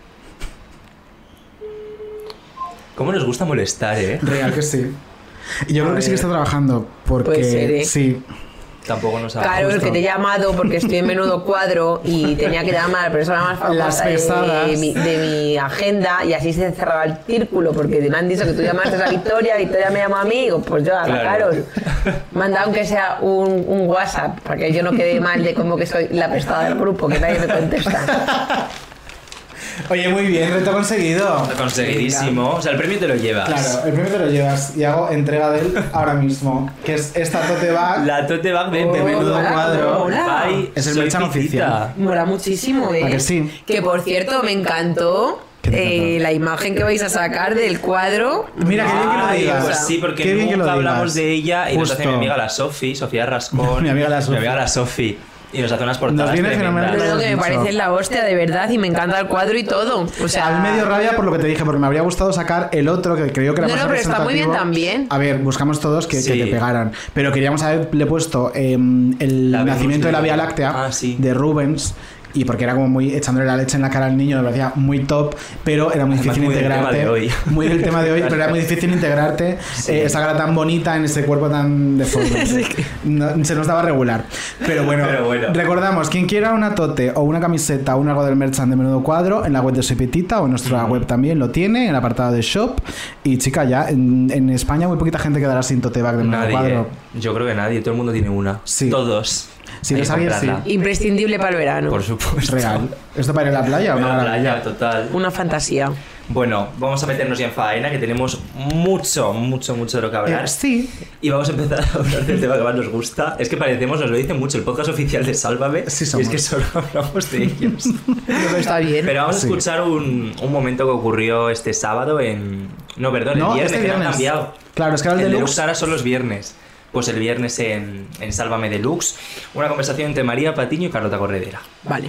¿Cómo nos gusta molestar, eh? Real que sí. Y yo creo que sí que está trabajando. Porque. Puede ser, ¿eh? Sí. Tampoco nos ha Carol, justo. que te he llamado porque estoy en Menudo Cuadro y tenía que llamar a la persona más Las famosa pesadas. de mi agenda y así se cerraba el círculo porque me han dicho que tú llamaste a Victoria me llamó a mí, digo, pues yo a la Claro. Carol. Manda aunque sea un WhatsApp para que yo no quede mal de como que soy la pesada del grupo, que nadie me contesta. Oye, muy bien, reto conseguido. Conseguidísimo. O sea, el premio te lo llevas. Claro, el premio te lo llevas y hago entrega de él ahora mismo. Que es esta tote bag. La tote bag de de Menudo hola, Cuadro. hola. Bye, Es el soy merchan Pitita. oficial. Mola muchísimo, ¿eh? ¿A que sí? Que por cierto, me encantó ¿Qué te encantó? la imagen que vais a sacar del cuadro. Mira, qué bien que lo Ay, digas. pues sí, porque Qué bien que nunca lo digas. hablamos de ella y nos hace mi Justo. amiga la Sofía Rascón. Mi amiga la Sofi. Mi amiga la Sofi. Y nos hace unas portadas Nos viene tremendas. fenomenal. Pero que me dicho. parece la hostia, de verdad, y me encanta el cuadro y todo. O sea, A mí me dio rabia por lo que te dije, porque me habría gustado sacar el otro que creo que era No, más no, pero está muy bien representativo. también. A ver, buscamos todos que Sí. te pegaran. Pero queríamos haberle puesto el La Venus nacimiento de la de- Vía Láctea Ah, sí. de Rubens. Y porque era como muy echándole la leche en la cara al niño, me parecía muy top, pero era muy Además, difícil muy del tema integrarte. de hoy. Muy del tema de hoy, pero era muy difícil integrarte esa cara tan bonita en ese cuerpo tan deforme. No, se nos daba regular. Pero bueno, recordamos, quien quiera una tote o una camiseta o un algo del merchant de Menudo Cuadro, en la web de Soy Petita o en nuestra web también lo tiene, en el apartado de shop. Y chica, ya en España muy poquita gente quedará sin tote bag de Menudo Nadie. Cuadro. Yo creo que nadie. Todo el mundo tiene una. Sí. Todos. Si Hay eres que alguien, comprarla. sí. imprescindible para el verano. Por supuesto. Real. ¿Esto para ir a la playa o Una no? playa, total. Una fantasía. Bueno, vamos a meternos ya en faena, que tenemos mucho de lo que hablar. Sí. Y vamos a empezar a hablar del tema que más nos gusta. Es que parecemos, nos lo dicen mucho, el podcast oficial de Sálvame. Sí y somos. es que solo hablamos de ellos. Pero está bien. Pero vamos Sí. a escuchar un momento que ocurrió este sábado en... No, perdón, No, el viernes, este que lo han viernes. cambiado. Claro, es que ahora el deluxe deluxe. ahora son los viernes. Pues el viernes en Sálvame Deluxe, una conversación entre María Patiño y Carlota Corredera. Vale.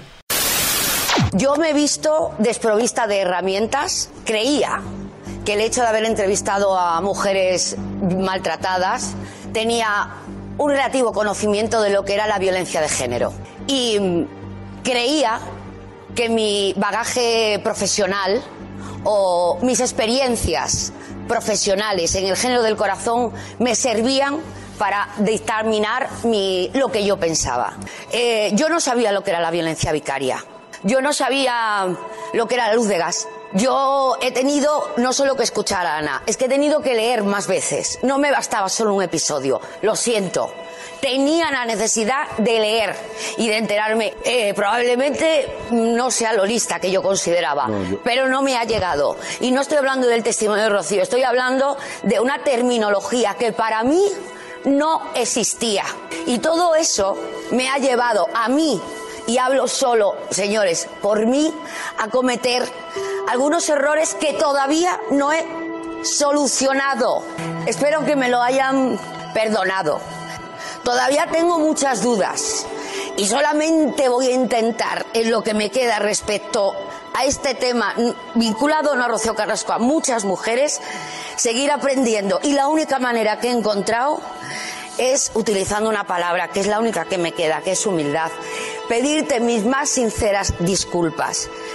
Yo me he visto desprovista de herramientas. Creía que el hecho de haber entrevistado a mujeres maltratadas tenía un relativo conocimiento de lo que era la violencia de género. Y creía que mi bagaje profesional o mis experiencias profesionales en el género del corazón me servían para dictaminar lo que yo pensaba. Yo no sabía lo que era la violencia vicaria. Yo no sabía lo que era la luz de gas. Yo he tenido no solo que escuchar a Ana, es que he tenido que leer más veces. No me bastaba solo un episodio, lo siento. Tenía la necesidad de leer y de enterarme. Probablemente no sea lo lista que yo consideraba, pero no me ha llegado. Y no estoy hablando del testimonio de Rocío, estoy hablando de una terminología que para mí no existía. Y todo eso me ha llevado a mí, y hablo solo, señores, por mí, a cometer algunos errores que todavía no he solucionado. Espero que me lo hayan perdonado. Todavía tengo muchas dudas y solamente voy a intentar, en lo que me queda respecto a este tema vinculado no a Rocío Carrasco, a muchas mujeres, seguir aprendiendo. Y la única manera que he encontrado es utilizando una palabra que es la única que me queda, que es humildad. Pedirte mis más sinceras disculpas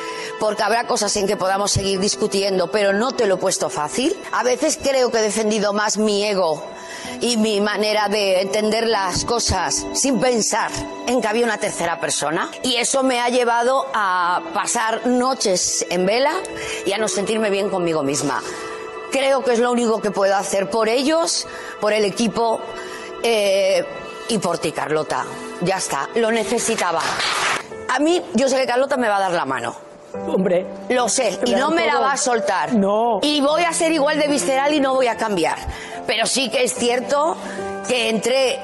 porque habrá cosas en que podamos seguir discutiendo, pero no te lo he puesto fácil. A veces creo que he defendido más mi ego y mi manera de entender las cosas sin pensar en que había una tercera persona, y eso me ha llevado a pasar noches en vela y a no sentirme bien conmigo misma. Creo que es lo único que puedo hacer por ellos, por el equipo y por ti, Carlota. Ya está, lo necesitaba. A mí, yo sé que Carlota me va a dar la mano. Hombre. Lo sé, y no me la va a soltar. No. Y voy a ser igual de visceral y no voy a cambiar. Pero sí que es cierto que entré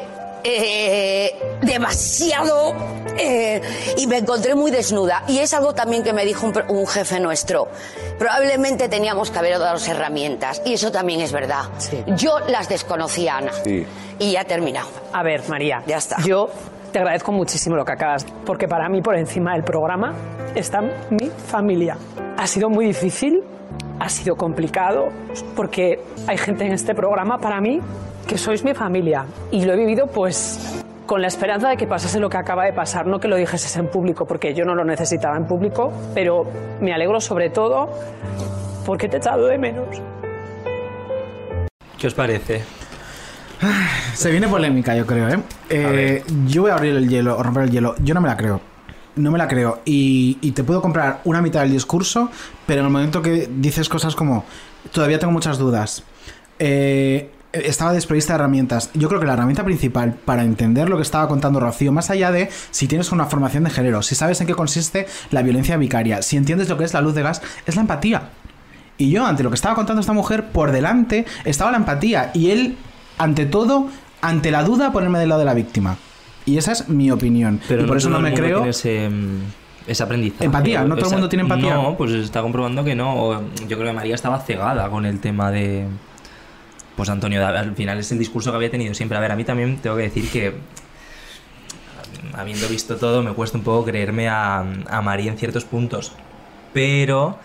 demasiado y me encontré muy desnuda. Y es algo también que me dijo un jefe nuestro. Probablemente teníamos que haber dado las herramientas. Y eso también es verdad. Sí. Yo las desconocía, Ana. Sí. Y ya he terminado. A ver, María. Ya está. Yo te agradezco muchísimo lo que acabas, porque para mí por encima del programa está mi familia. Ha sido muy difícil, ha sido complicado, porque hay gente en este programa para mí que sois mi familia, y lo he vivido pues con la esperanza de que pasase lo que acaba de pasar, no que lo dijeses en público, porque yo no lo necesitaba en público, pero me alegro sobre todo porque te he echado de menos. ¿Qué os parece? Se viene polémica, yo creo, yo voy a abrir el hielo, o romper el hielo. Yo no me la creo. No me la creo. Y te puedo comprar una mitad del discurso, pero en el momento que dices cosas como todavía tengo muchas dudas, estaba desprovista de herramientas. Yo creo que la herramienta principal para entender lo que estaba contando Rocío, más allá de si tienes una formación de género, si sabes en qué consiste la violencia vicaria, si entiendes lo que es la luz de gas, es la empatía. Y yo, ante lo que estaba contando esta mujer, por delante estaba la empatía. Y él, ante todo, ante la duda, ponerme del lado de la víctima. Y esa es mi opinión. Pero y por eso no me creo. Ese aprendizaje. Empatía, ¿no todo el mundo tiene empatía? No, pues se está comprobando que no. Yo creo que María estaba cegada con el tema de. Pues Antonio, al final es el discurso que había tenido siempre. A ver, a mí también tengo que decir que, habiendo visto todo, me cuesta un poco creerme a María en ciertos puntos. Pero.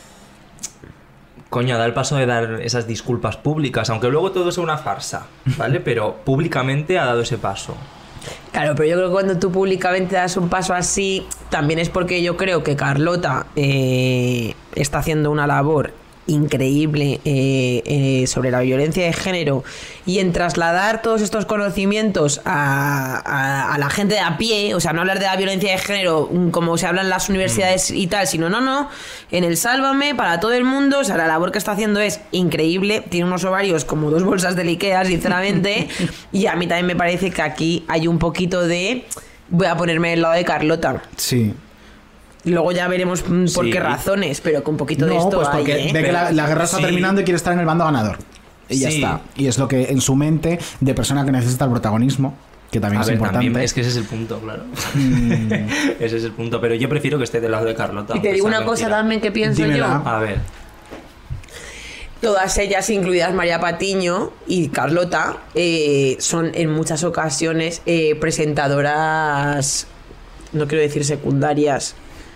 Coño, da el paso de dar esas disculpas públicas, aunque luego todo sea una farsa, ¿vale? Pero públicamente ha dado ese paso. Claro, pero yo creo que cuando tú públicamente das un paso así, también es porque yo creo que Carlota está haciendo una labor increíble sobre la violencia de género, y en trasladar todos estos conocimientos a la gente de a pie, o sea, no hablar de la violencia de género como se habla en las universidades y tal, sino no, en el Sálvame, para todo el mundo. O sea, la labor que está haciendo es increíble, tiene unos ovarios como 2 bolsas de Ikea, sinceramente, y a mí también me parece que aquí hay un poquito de voy a ponerme del lado de Carlota. Sí. Luego ya veremos por qué razones, pero con un poquito de esto pues porque hay, ve que la guerra está terminando y quiere estar en el bando ganador. Y ya está. Y es lo que en su mente de persona que necesita el protagonismo, que también es importante. También, es que ese es el punto, claro. Ese es el punto. Pero yo prefiero que esté del lado de Carlota. Y te digo una cosa también que pienso yo. A ver. Todas ellas, incluidas María Patiño y Carlota, son en muchas ocasiones presentadoras, no quiero decir secundarias,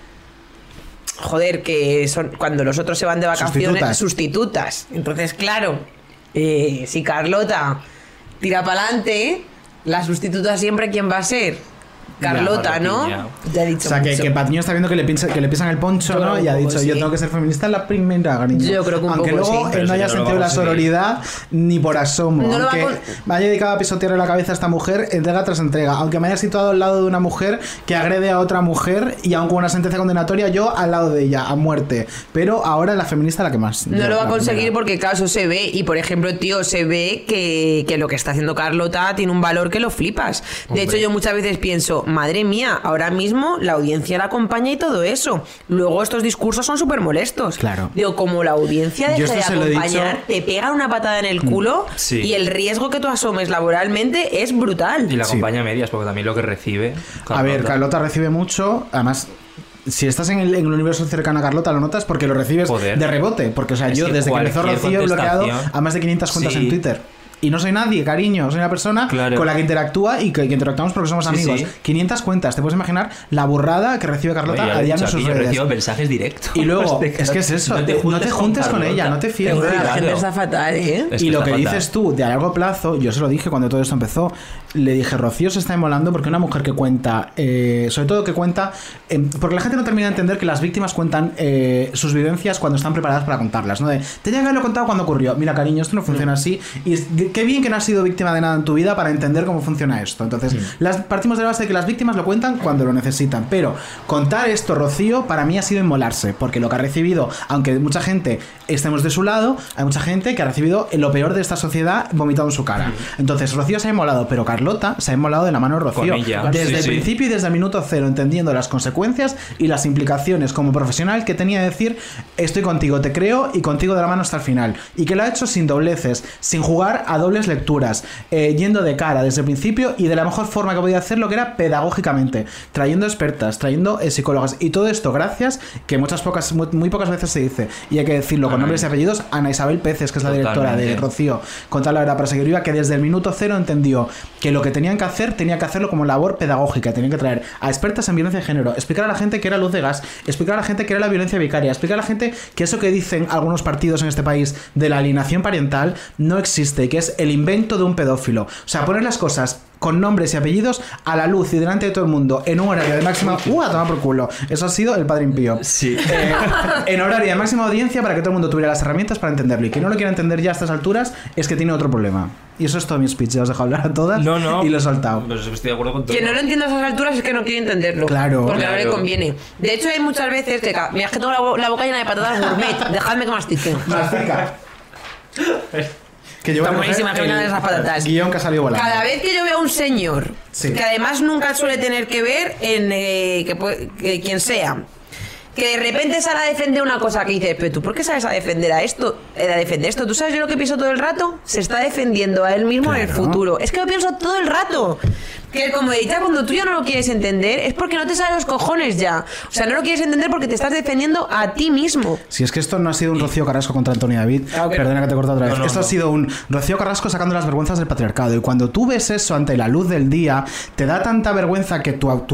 joder, que son cuando los otros se van de vacaciones, sustitutas. Entonces, claro, si Carlota tira para adelante, la sustituta siempre, ¿quién va a ser? Carlota, ¿no? Ya he dicho, o sea, que Patiño está viendo que le pisan el poncho, ¿no? Y ha dicho, yo tengo que ser feminista en la primera, cariño. Yo creo que un aunque poco luego él no haya sentido la sororidad ni por asomo. No aunque me haya dedicado a pisotearle la cabeza a esta mujer entrega tras entrega. Aunque me haya situado al lado de una mujer que agrede a otra mujer y aun con una sentencia condenatoria, yo al lado de ella, a muerte. Pero ahora la feminista la que más. No lo va a conseguir porque, claro, eso se ve. Y, por ejemplo, tío, se ve que lo que está haciendo Carlota tiene un valor que lo flipas. De hecho, yo muchas veces pienso, madre mía, ahora mismo la audiencia la acompaña y todo eso. Luego estos discursos son súper molestos. Claro. Digo, como la audiencia deja de acompañar, te pega una patada en el culo y el riesgo que tú asumes laboralmente es brutal. Y la acompaña a medias, porque también lo que recibe Carlota. A ver, Carlota recibe mucho, además. Si estás en el universo cercano a Carlota, lo notas porque lo recibes de rebote. Porque, o sea, yo desde que empezó Rocío he bloqueado a más de 500 cuentas en Twitter. Y no soy nadie, cariño. Soy una persona con la que interactúa y que interactuamos porque somos amigos. Sí. 500 cuentas. Te puedes imaginar la burrada que recibe Carlota a diario en sus redes. Yo recibo mensajes directos. Y luego, es que es eso. No te juntes con ella, no te fíes. La gente está fatal, ¿eh? Y lo que dices tú, de a largo plazo, yo se lo dije cuando todo esto empezó, le dije, Rocío se está emolando porque una mujer que cuenta, sobre todo que cuenta, porque la gente no termina de entender que las víctimas cuentan sus vivencias cuando están preparadas para contarlas, ¿no? Tenía que haberlo contado cuando ocurrió. Mira, cariño, esto no funciona así. Y qué bien que no has sido víctima de nada en tu vida para entender cómo funciona esto. Entonces, partimos de la base de que las víctimas lo cuentan cuando lo necesitan. Pero contar esto, Rocío, para mí ha sido inmolarse, porque lo que ha recibido, aunque mucha gente estemos de su lado, hay mucha gente que ha recibido lo peor de esta sociedad vomitado en su cara. Entonces, Rocío se ha inmolado, pero Carlota se ha inmolado de la mano de Rocío. Desde el principio y desde el minuto cero, entendiendo las consecuencias y las implicaciones como profesional que tenía de decir, estoy contigo, te creo y contigo de la mano hasta el final. Y que lo ha hecho sin dobleces, sin jugar a dobles lecturas, yendo de cara desde el principio y de la mejor forma que podía hacerlo, que era pedagógicamente, trayendo expertas, trayendo psicólogas. Y todo esto gracias, que muy pocas veces se dice, y hay que decirlo con nombres y apellidos, Ana Isabel Peces, que es la directora de Rocío, Contar la verdad para seguir viva, que desde el minuto cero entendió que lo que tenían que hacer, tenía que hacerlo como labor pedagógica, tenían que traer a expertas en violencia de género, explicar a la gente que era luz de gas, explicar a la gente que era la violencia vicaria, explicar a la gente que eso que dicen algunos partidos en este país de la alienación parental no existe, que es el invento de un pedófilo. O sea, poner las cosas con nombres y apellidos a la luz y delante de todo el mundo en un horario de máxima... a tomar por culo. Eso ha sido el Padre Pío. Sí. En horario de máxima audiencia para que todo el mundo tuviera las herramientas para entenderlo. Y quien no lo quiera entender ya a estas alturas es que tiene otro problema. Y eso es todo mi speech. Ya os dejo hablar a todas y lo he soltado. Pues estoy de acuerdo con todo. Quien no lo entiende a esas alturas es que no quiere entenderlo. Claro. Porque no le conviene. De hecho, hay muchas veces que... Mira, es que tengo la boca llena de patatas gourmet. Dejadme que mastique. Mastica. Que está buenísima, que vengan esas patatas. Guión que ha salido volando. Cada vez que yo veo a un señor, que además nunca suele tener que ver en que quien sea, que de repente sale a defender una cosa que dices, pero tú ¿por qué sales a defender esto? ¿Tú sabes yo lo que pienso todo el rato? Se está defendiendo a él mismo en el futuro. Es que lo pienso todo el rato. Que como editar, cuando tú ya no lo quieres entender, es porque no te salen los cojones ya. O sea, no lo quieres entender porque te estás defendiendo a ti mismo. Si es que esto no ha sido un Rocío Carrasco contra Antonio David, perdona que te he cortado otra vez. Esto ha sido un Rocío Carrasco sacando las vergüenzas del patriarcado. Y cuando tú ves eso ante la luz del día, te da tanta vergüenza que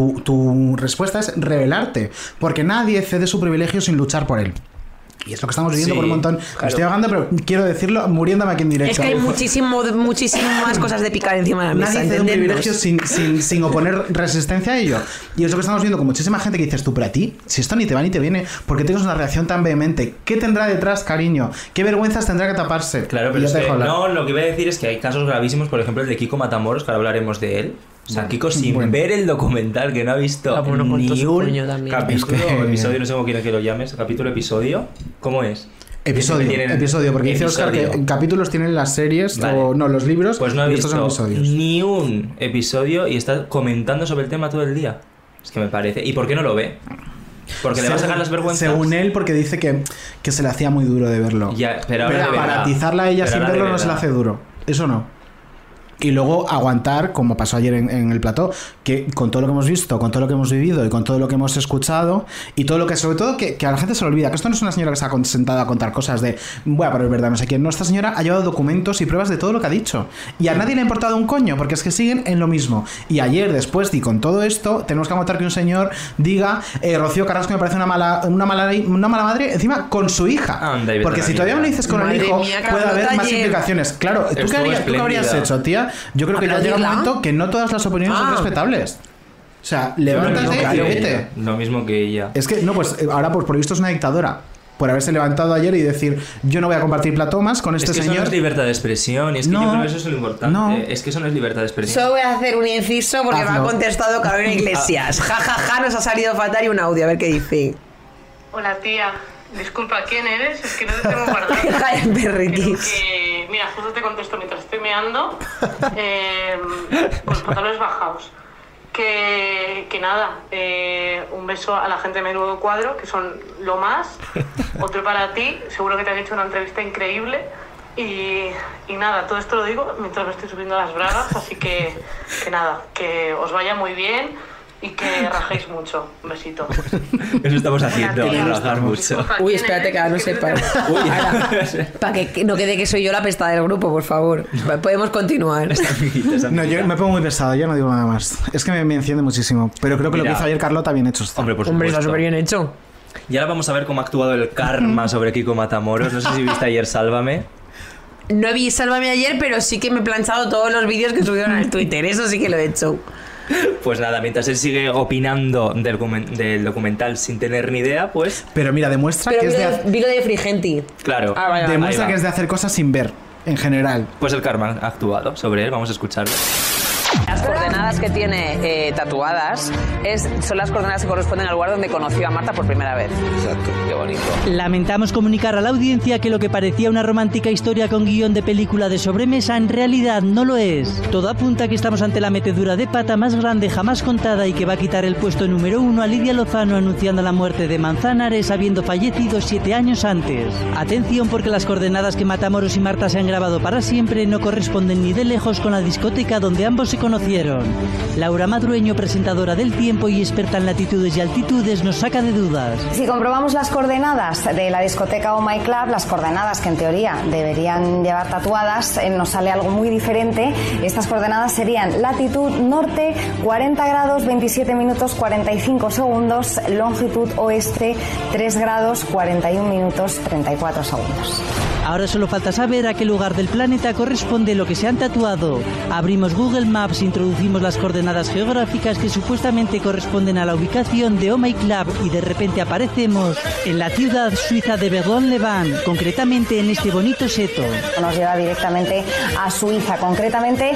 tu respuesta es rebelarte. Porque nadie cede su privilegio sin luchar por él. Y es lo que estamos viviendo por un montón. Me estoy ahogando, pero quiero decirlo muriéndome aquí en directo. Es que hay muchísimas cosas de picar encima de la mesa. Nadie cede un privilegio sin oponer resistencia a ello. Y es lo que estamos viendo con muchísima gente que dices tú, pero a ti, si esto ni te va ni te viene, ¿por qué tienes una reacción tan vehemente? ¿Qué tendrá detrás, cariño? ¿Qué vergüenzas tendrá que taparse? Claro, pero es que, lo que iba a decir es que hay casos gravísimos, por ejemplo el de Kiko Matamoros, que ahora hablaremos de él. O sea, Kiko sin ver el documental, que no ha visto ni un capítulo o episodio, no sé cómo quieren que lo llames, capítulo, episodio, ¿cómo es? Episodio, porque dice Oscar que en capítulos tienen las series o no, los libros, pues no he visto estos son episodios. Ni un episodio y está comentando sobre el tema todo el día. Es que me parece. ¿Y por qué no lo ve? Porque le va a sacar las vergüenzas. Según él, porque dice que se le hacía muy duro de verlo. Ya, pero para atizarla a ella sin verlo no se le hace duro. Eso no. Y luego aguantar, como pasó ayer en el plató, que con todo lo que hemos visto, con todo lo que hemos vivido y con todo lo que hemos escuchado y todo lo que, sobre todo, que a la gente se le olvida, que esto no es una señora que se ha sentado a contar cosas de, bueno, pero es verdad, no sé quién. No, esta señora ha llevado documentos y pruebas de todo lo que ha dicho. Y a nadie le ha importado un coño, porque es que siguen en lo mismo. Y ayer, después, y con todo esto, tenemos que aguantar que un señor diga, Rocío Carrasco me parece una mala madre, encima con su hija. Porque si todavía no lo dices con el hijo, puede haber más implicaciones. Claro, ¿tú qué habrías hecho, tía? Yo creo que ya llega un momento que no todas las opiniones son respetables. O sea, levántate y vete. Lo mismo que ella. Es que, no, pues ahora por lo visto es una dictadora. Por haberse levantado ayer y decir, yo no voy a compartir plató más con este señor. Eso no es libertad de expresión. Y es que yo creo que eso es lo importante. No. Es que eso no es libertad de expresión. Solo voy a hacer un inciso porque me ha contestado Carolina Iglesias. Ja, nos ha salido fatal y un audio. A ver qué dice. Hola, tía. Disculpa, ¿quién eres? Es que no te tengo guardado. Mira, justo te contesto mientras estoy meando, con los pantalones bajados. Que nada, un beso a la gente de Menudo Cuadro, que son lo más. Otro para ti, seguro que te han hecho una entrevista increíble. Y nada, todo esto lo digo mientras me estoy subiendo las bragas, así que nada, que os vaya muy bien. y que rajéis mucho. Un besito. Eso estamos haciendo, rajar mucho. Uy, espérate que ahora no sepa. Para que no quede que soy yo la pestada del grupo, por favor. Podemos continuar. No, yo me pongo muy pesado, ya no digo nada más. Es que me enciende muchísimo. Pero creo que lo que hizo ayer Carlota bien hecho está. Hombre, por Hombre, está supuesto. súper bien hecho. Y ahora vamos a ver cómo ha actuado el karma sobre Kiko Matamoros. No sé si viste ayer Sálvame. No vi Sálvame ayer, pero sí que me he planchado todos los vídeos que subieron al Twitter. Eso sí que lo he hecho. Pues nada, mientras él sigue opinando del documental sin tener ni idea, pues... Pero mira, demuestra Pero que es de... vi lo de Frigenti. Claro. Demuestra que es de hacer cosas sin ver, en general. Pues el karma ha actuado sobre él, vamos a escucharlo. Las coordenadas que tiene tatuadas son las coordenadas que corresponden al lugar donde conoció a Marta por primera vez. Exacto, qué bonito. Lamentamos comunicar a la audiencia que lo que parecía una romántica historia con guión de película de sobremesa en realidad no lo es. Todo apunta a que estamos ante la metedura de pata más grande jamás contada y que va a quitar el puesto número 1 a Lidia Lozano anunciando la muerte de Manzanares habiendo fallecido 7 años antes. Atención porque las coordenadas que Matamoros y Marta se han grabado para siempre no corresponden ni de lejos con la discoteca donde ambos se conocieron. Laura Madrueño, presentadora del Tiempo y experta en latitudes y altitudes, nos saca de dudas. Si comprobamos las coordenadas de la discoteca Oh My Club, las coordenadas que en teoría deberían llevar tatuadas, nos sale algo muy diferente. Estas coordenadas serían latitud norte 40 grados 27 minutos 45 segundos, longitud oeste 3 grados 41 minutos 34 segundos. Ahora solo falta saber a qué lugar del planeta corresponde lo que se han tatuado. Abrimos Google Maps, introducimos las coordenadas geográficas que supuestamente corresponden a la ubicación de Oh My Club y de repente aparecemos en la ciudad suiza de Verdun-Levant, concretamente en este bonito seto. Nos lleva directamente a Suiza, concretamente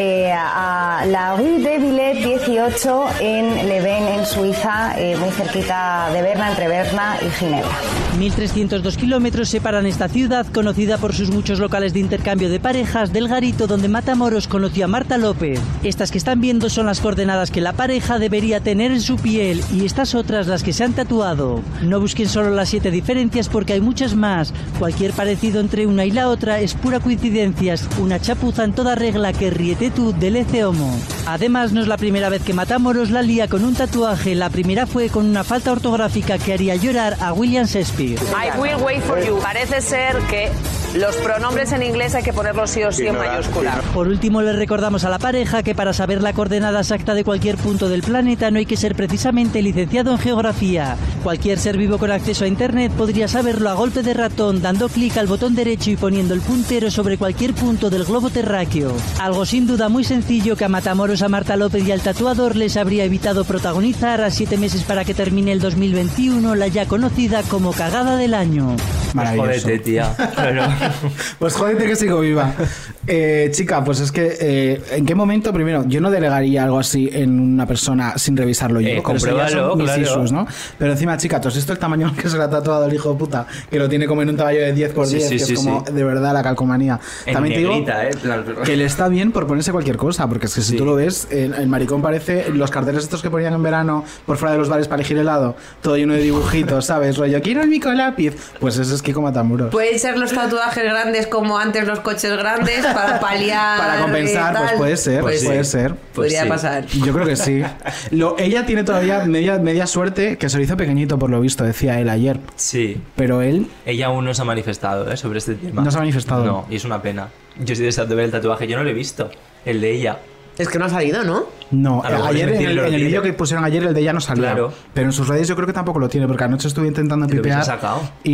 a la Rue de Villette 18 en Leven, en Suiza, muy cerquita de Berna, entre Berna y Ginebra. 1.302 kilómetros separan esta ciudad, conocida por sus muchos locales de intercambio de parejas, del garito donde Matamoros conoció a Marta López. Estas que están viendo son las coordenadas que la pareja debería tener en su piel y estas otras las que se han tatuado. No busquen solo las 7 diferencias porque hay muchas más. Cualquier parecido entre una y la otra es pura coincidencia, una chapuza en toda regla que ríete tú del Ece Homo. Además, no es la primera vez que Matamoros la lía con un tatuaje. La primera fue con una falta ortográfica que haría llorar a William Shakespeare. I will wait for you. Parece ser que los pronombres en inglés hay que ponerlos sí o sí en mayúscula. Por último, le recordamos a la pareja que para saber la coordenada exacta de cualquier punto del planeta no hay que ser precisamente licenciado en geografía. Cualquier ser vivo con acceso a internet podría saberlo a golpe de ratón, dando clic al botón derecho y poniendo el puntero sobre cualquier punto del globo terráqueo. Algo sin duda muy sencillo que a Matamoros, a Marta López y al tatuador les habría evitado protagonizar a 7 meses para que termine el 2021 la ya conocida como cagada del año. Maravilloso. Jódete, tía. Pero... Pues jódete que sigo viva. Chica, pues es que ¿en qué momento? Primero, yo no delegaría algo así en una persona sin revisarlo yo. Pero eso ya son mis issues, ¿no? Pero encima, chica, ¿tú has visto el tamaño que se le ha tatuado el hijo de puta? Que lo tiene como en un tamaño de 10x10, que es como de verdad la calcomanía. En También negrita, te digo que le está bien por ponerse cualquier cosa, porque es que si tú lo ves, el maricón parece los carteles estos que ponían en verano por fuera de los bares para elegir helado, todo lleno de dibujitos, ¿sabes? Rollo, quiero el micolápiz. Pues ese es Kiko Matamoros. Pueden ser los tatuajes grandes como antes los coches grandes para paliar. Para compensar, pues puede ser, pues puede ser. Podría pasar. Yo creo que sí. Ella tiene todavía media suerte que se lo hizo pequeñito, por lo visto, decía él ayer. Sí. Pero ella aún no se ha manifestado sobre este tema. No se ha manifestado. No, y es una pena. Yo estoy deseando ver el tatuaje, yo no lo he visto. El de ella. Es que no ha salido, ¿no? No, ayer en el vídeo que pusieron ayer el de ella no salió. Claro. Pero en sus redes yo creo que tampoco lo tiene, porque anoche estuve intentando pipear y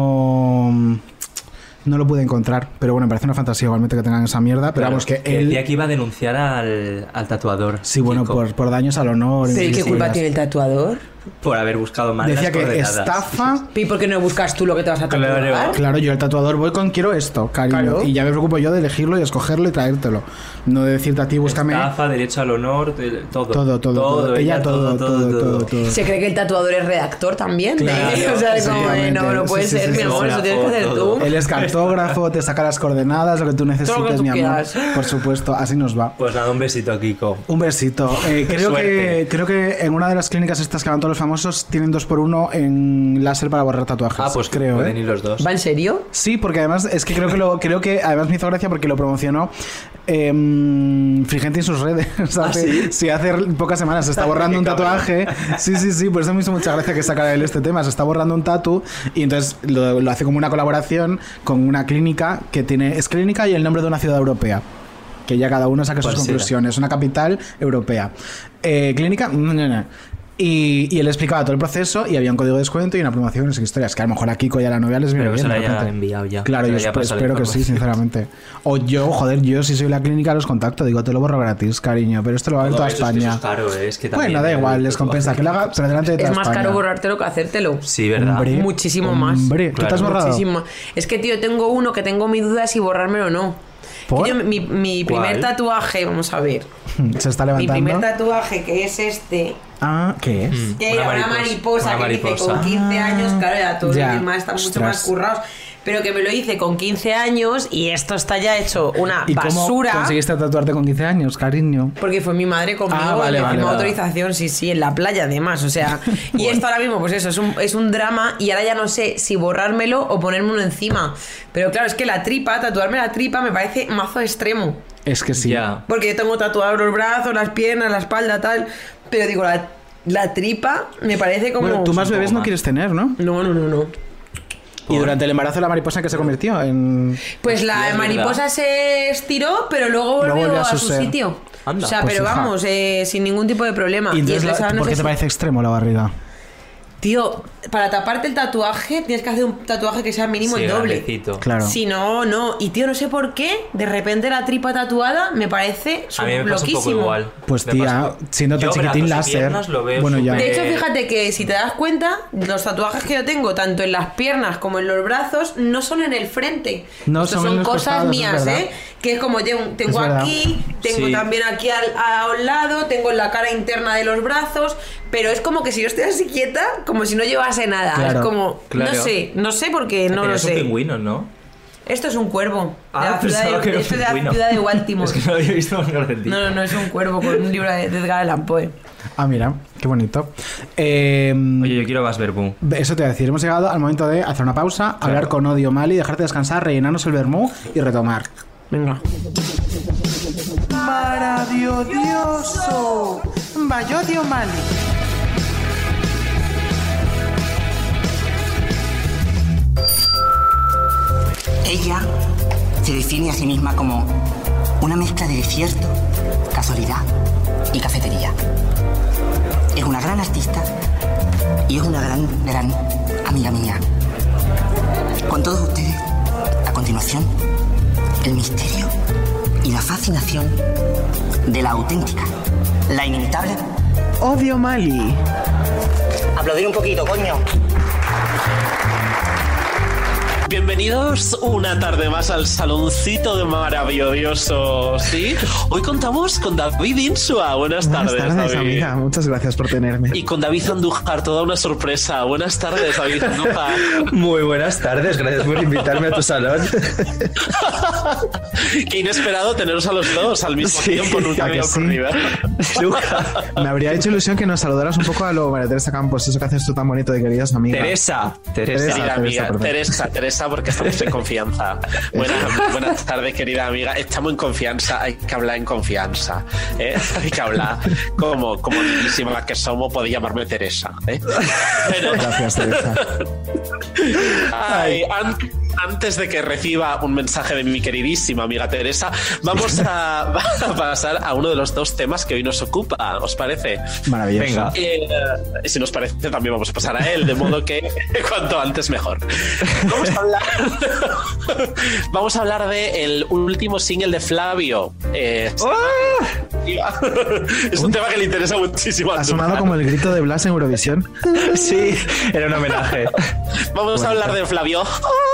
no lo pude encontrar. Pero bueno, me parece una fantasía igualmente que tengan esa mierda. Pero vamos, que él... Decía que iba a denunciar al tatuador. Sí, bueno, por daños al honor. ¿Pero qué culpa tiene el tatuador? Por haber buscado mal Decía las que coordenadas. estafa. ¿Y por qué no buscas tú lo que te vas a tatuar? Claro, yo el tatuador voy con quiero esto, cariño. Claro. Y ya me preocupo yo de elegirlo y escogerlo y traértelo. No de decirte a ti, búscame. Estafa, derecho al honor, todo. Todo. Ella todo. Se cree que el tatuador es redactor también. Claro, o sea, como no puede ser, mi amor, eso tienes que hacer tú. Él es cartógrafo, te saca las coordenadas, lo que tú necesites, mi amor. Por supuesto, así nos va. Pues nada, un besito a Kiko. Un besito. Creo que en una de las clínicas estas que van todos los famosos tienen 2x1 en láser para borrar tatuajes. Ah, pues creo, pueden ir los dos. ¿Va en serio? Sí, porque además es que creo que además me hizo gracia porque lo promocionó Frigenti en sus redes. O sea, sí, hace pocas semanas se está borrando un tatuaje. Sí, por eso me hizo mucha gracia que sacara él este tema. Se está borrando un tatu y entonces lo hace como una colaboración con una clínica que tiene, es clínica y el nombre de una ciudad europea. Que ya cada uno saque sus conclusiones. Una capital europea. Clínica. Y él explicaba todo el proceso y había un código de descuento y una promoción y esas historias. Que a lo mejor a Kiko y a la novia les viene bien. Pero se la haya enviado ya. Claro, yo espero que sí, sinceramente. O yo si soy la clínica los contacto. Digo, te lo borro gratis, cariño. Pero esto lo va a ver toda España. Es caro, es que también, bueno, da igual, les compensa. Que lo haga pero delante de toda España. Es más caro borrártelo que hacértelo. Sí, ¿verdad? Hombre, muchísimo más. Hombre, ¿tú te has borrado? Muchísimo. Es que, tío, tengo uno que tengo mi duda si borrármelo o no. ¿Por? Yo, mi primer tatuaje, vamos a ver. Se está levantando. Mi primer tatuaje, que es este. Ah, ¿qué es? Que era una mariposa que hice con 15 años, claro, era todo ya. y demás, están mucho más currados. Pero que me lo hice con 15 años y esto está ya hecho una ¿Y basura. ¿Cómo conseguiste tatuarte con 15 años, cariño? Porque fue mi madre conmigo, vale, me firmó vale. autorización, sí, en la playa además, o sea. Y esto ahora mismo, pues eso, es un drama y ahora ya no sé si borrármelo o ponérmelo encima. Pero claro, es que tatuarme la tripa me parece mazo extremo. Es que sí. Ya. Porque yo tengo tatuados los brazos, las piernas, la espalda, tal. Pero digo, la tripa me parece como... Bueno, tú más bebés no quieres tener, ¿no? No. Y durante el embarazo la mariposa que se convirtió en... Pues la mariposa se estiró, pero luego volvió a su sitio. Anda. O sea, Pues pero hija. vamos, sin ningún tipo de problema. ¿Y entonces por qué te parece extremo la barriga? Tío, para taparte el tatuaje tienes que hacer un tatuaje que sea mínimo el doble. Grandecito. Claro. Si no. Y tío, no sé por qué, de repente la tripa tatuada me parece A mí me pasa un poco loquísimo. igual. Pues tía, siendo tan chiquitín láser. Bueno, ya. De hecho, fíjate que si te das cuenta, los tatuajes que yo tengo, tanto en las piernas como en los brazos, no son en el frente. No, Estos son en son los cosas costados, mías, es verdad. Que es como tengo verdad. aquí, tengo Sí. también aquí a un lado, tengo en la cara interna de los brazos, pero es como que si yo estoy así quieta, como si no llevase nada. Claro, es como, claro. no sé porque no lo Es un sé. pingüino, ¿no? Esto es un cuervo. Ah, de la ciudad pensaba que era un esto es de la pingüino. ciudad de Baltimore. Es que no lo había visto en Argentina. No, es un cuervo con un libro de Edgar Allan Poe. Ah, mira, qué bonito. Oye, yo quiero más verbú. Eso te voy a decir, hemos llegado al momento de hacer una pausa, hablar con Odio Mali, dejarte descansar, rellenarnos el vermú y retomar. Venga. Maravilloso. Vaya Odio Mali. Ella se define a sí misma como una mezcla de desierto, casualidad y cafetería. Es una gran artista y es una gran amiga mía. Con todos ustedes, a continuación, el misterio y la fascinación de la auténtica, la inimitable Odio Mali. Aplaudir un poquito, coño. Bienvenidos una tarde más al Saloncito de Maravilloso, ¿sí? Hoy contamos con David Insua. Buenas tardes, David. amiga. Muchas gracias por tenerme. Y con David Andújar, toda una sorpresa. Buenas tardes, David Andújar. Muy buenas tardes, gracias por invitarme a tu salón. Qué inesperado teneros a los dos al mismo tiempo, nunca había ocurrido. Me habría hecho ilusión que nos saludaras un poco a lo María Teresa Campos, eso que haces tú tan bonito de queridas amigas. Teresa. Querida amiga, perdón. Teresa, porque estamos en confianza. Buenas tardes, querida amiga. Estamos en confianza, hay que hablar en confianza. Hay que hablar como lindísimas que somos, podéis llamarme Teresa. Gracias, Teresa. Antes de que reciba un mensaje de mi queridísima amiga Teresa, vamos a pasar a uno de los dos temas que hoy nos ocupa. ¿Os parece? Maravilloso. Venga. Si nos parece, también vamos a pasar a él, de modo que cuanto antes mejor. Vamos a hablar de el último single de Flavio. Es un tema que le interesa muchísimo a Ha sonado como el grito de Blas en Eurovisión. Sí, era un homenaje. Vamos a hablar de Flavio.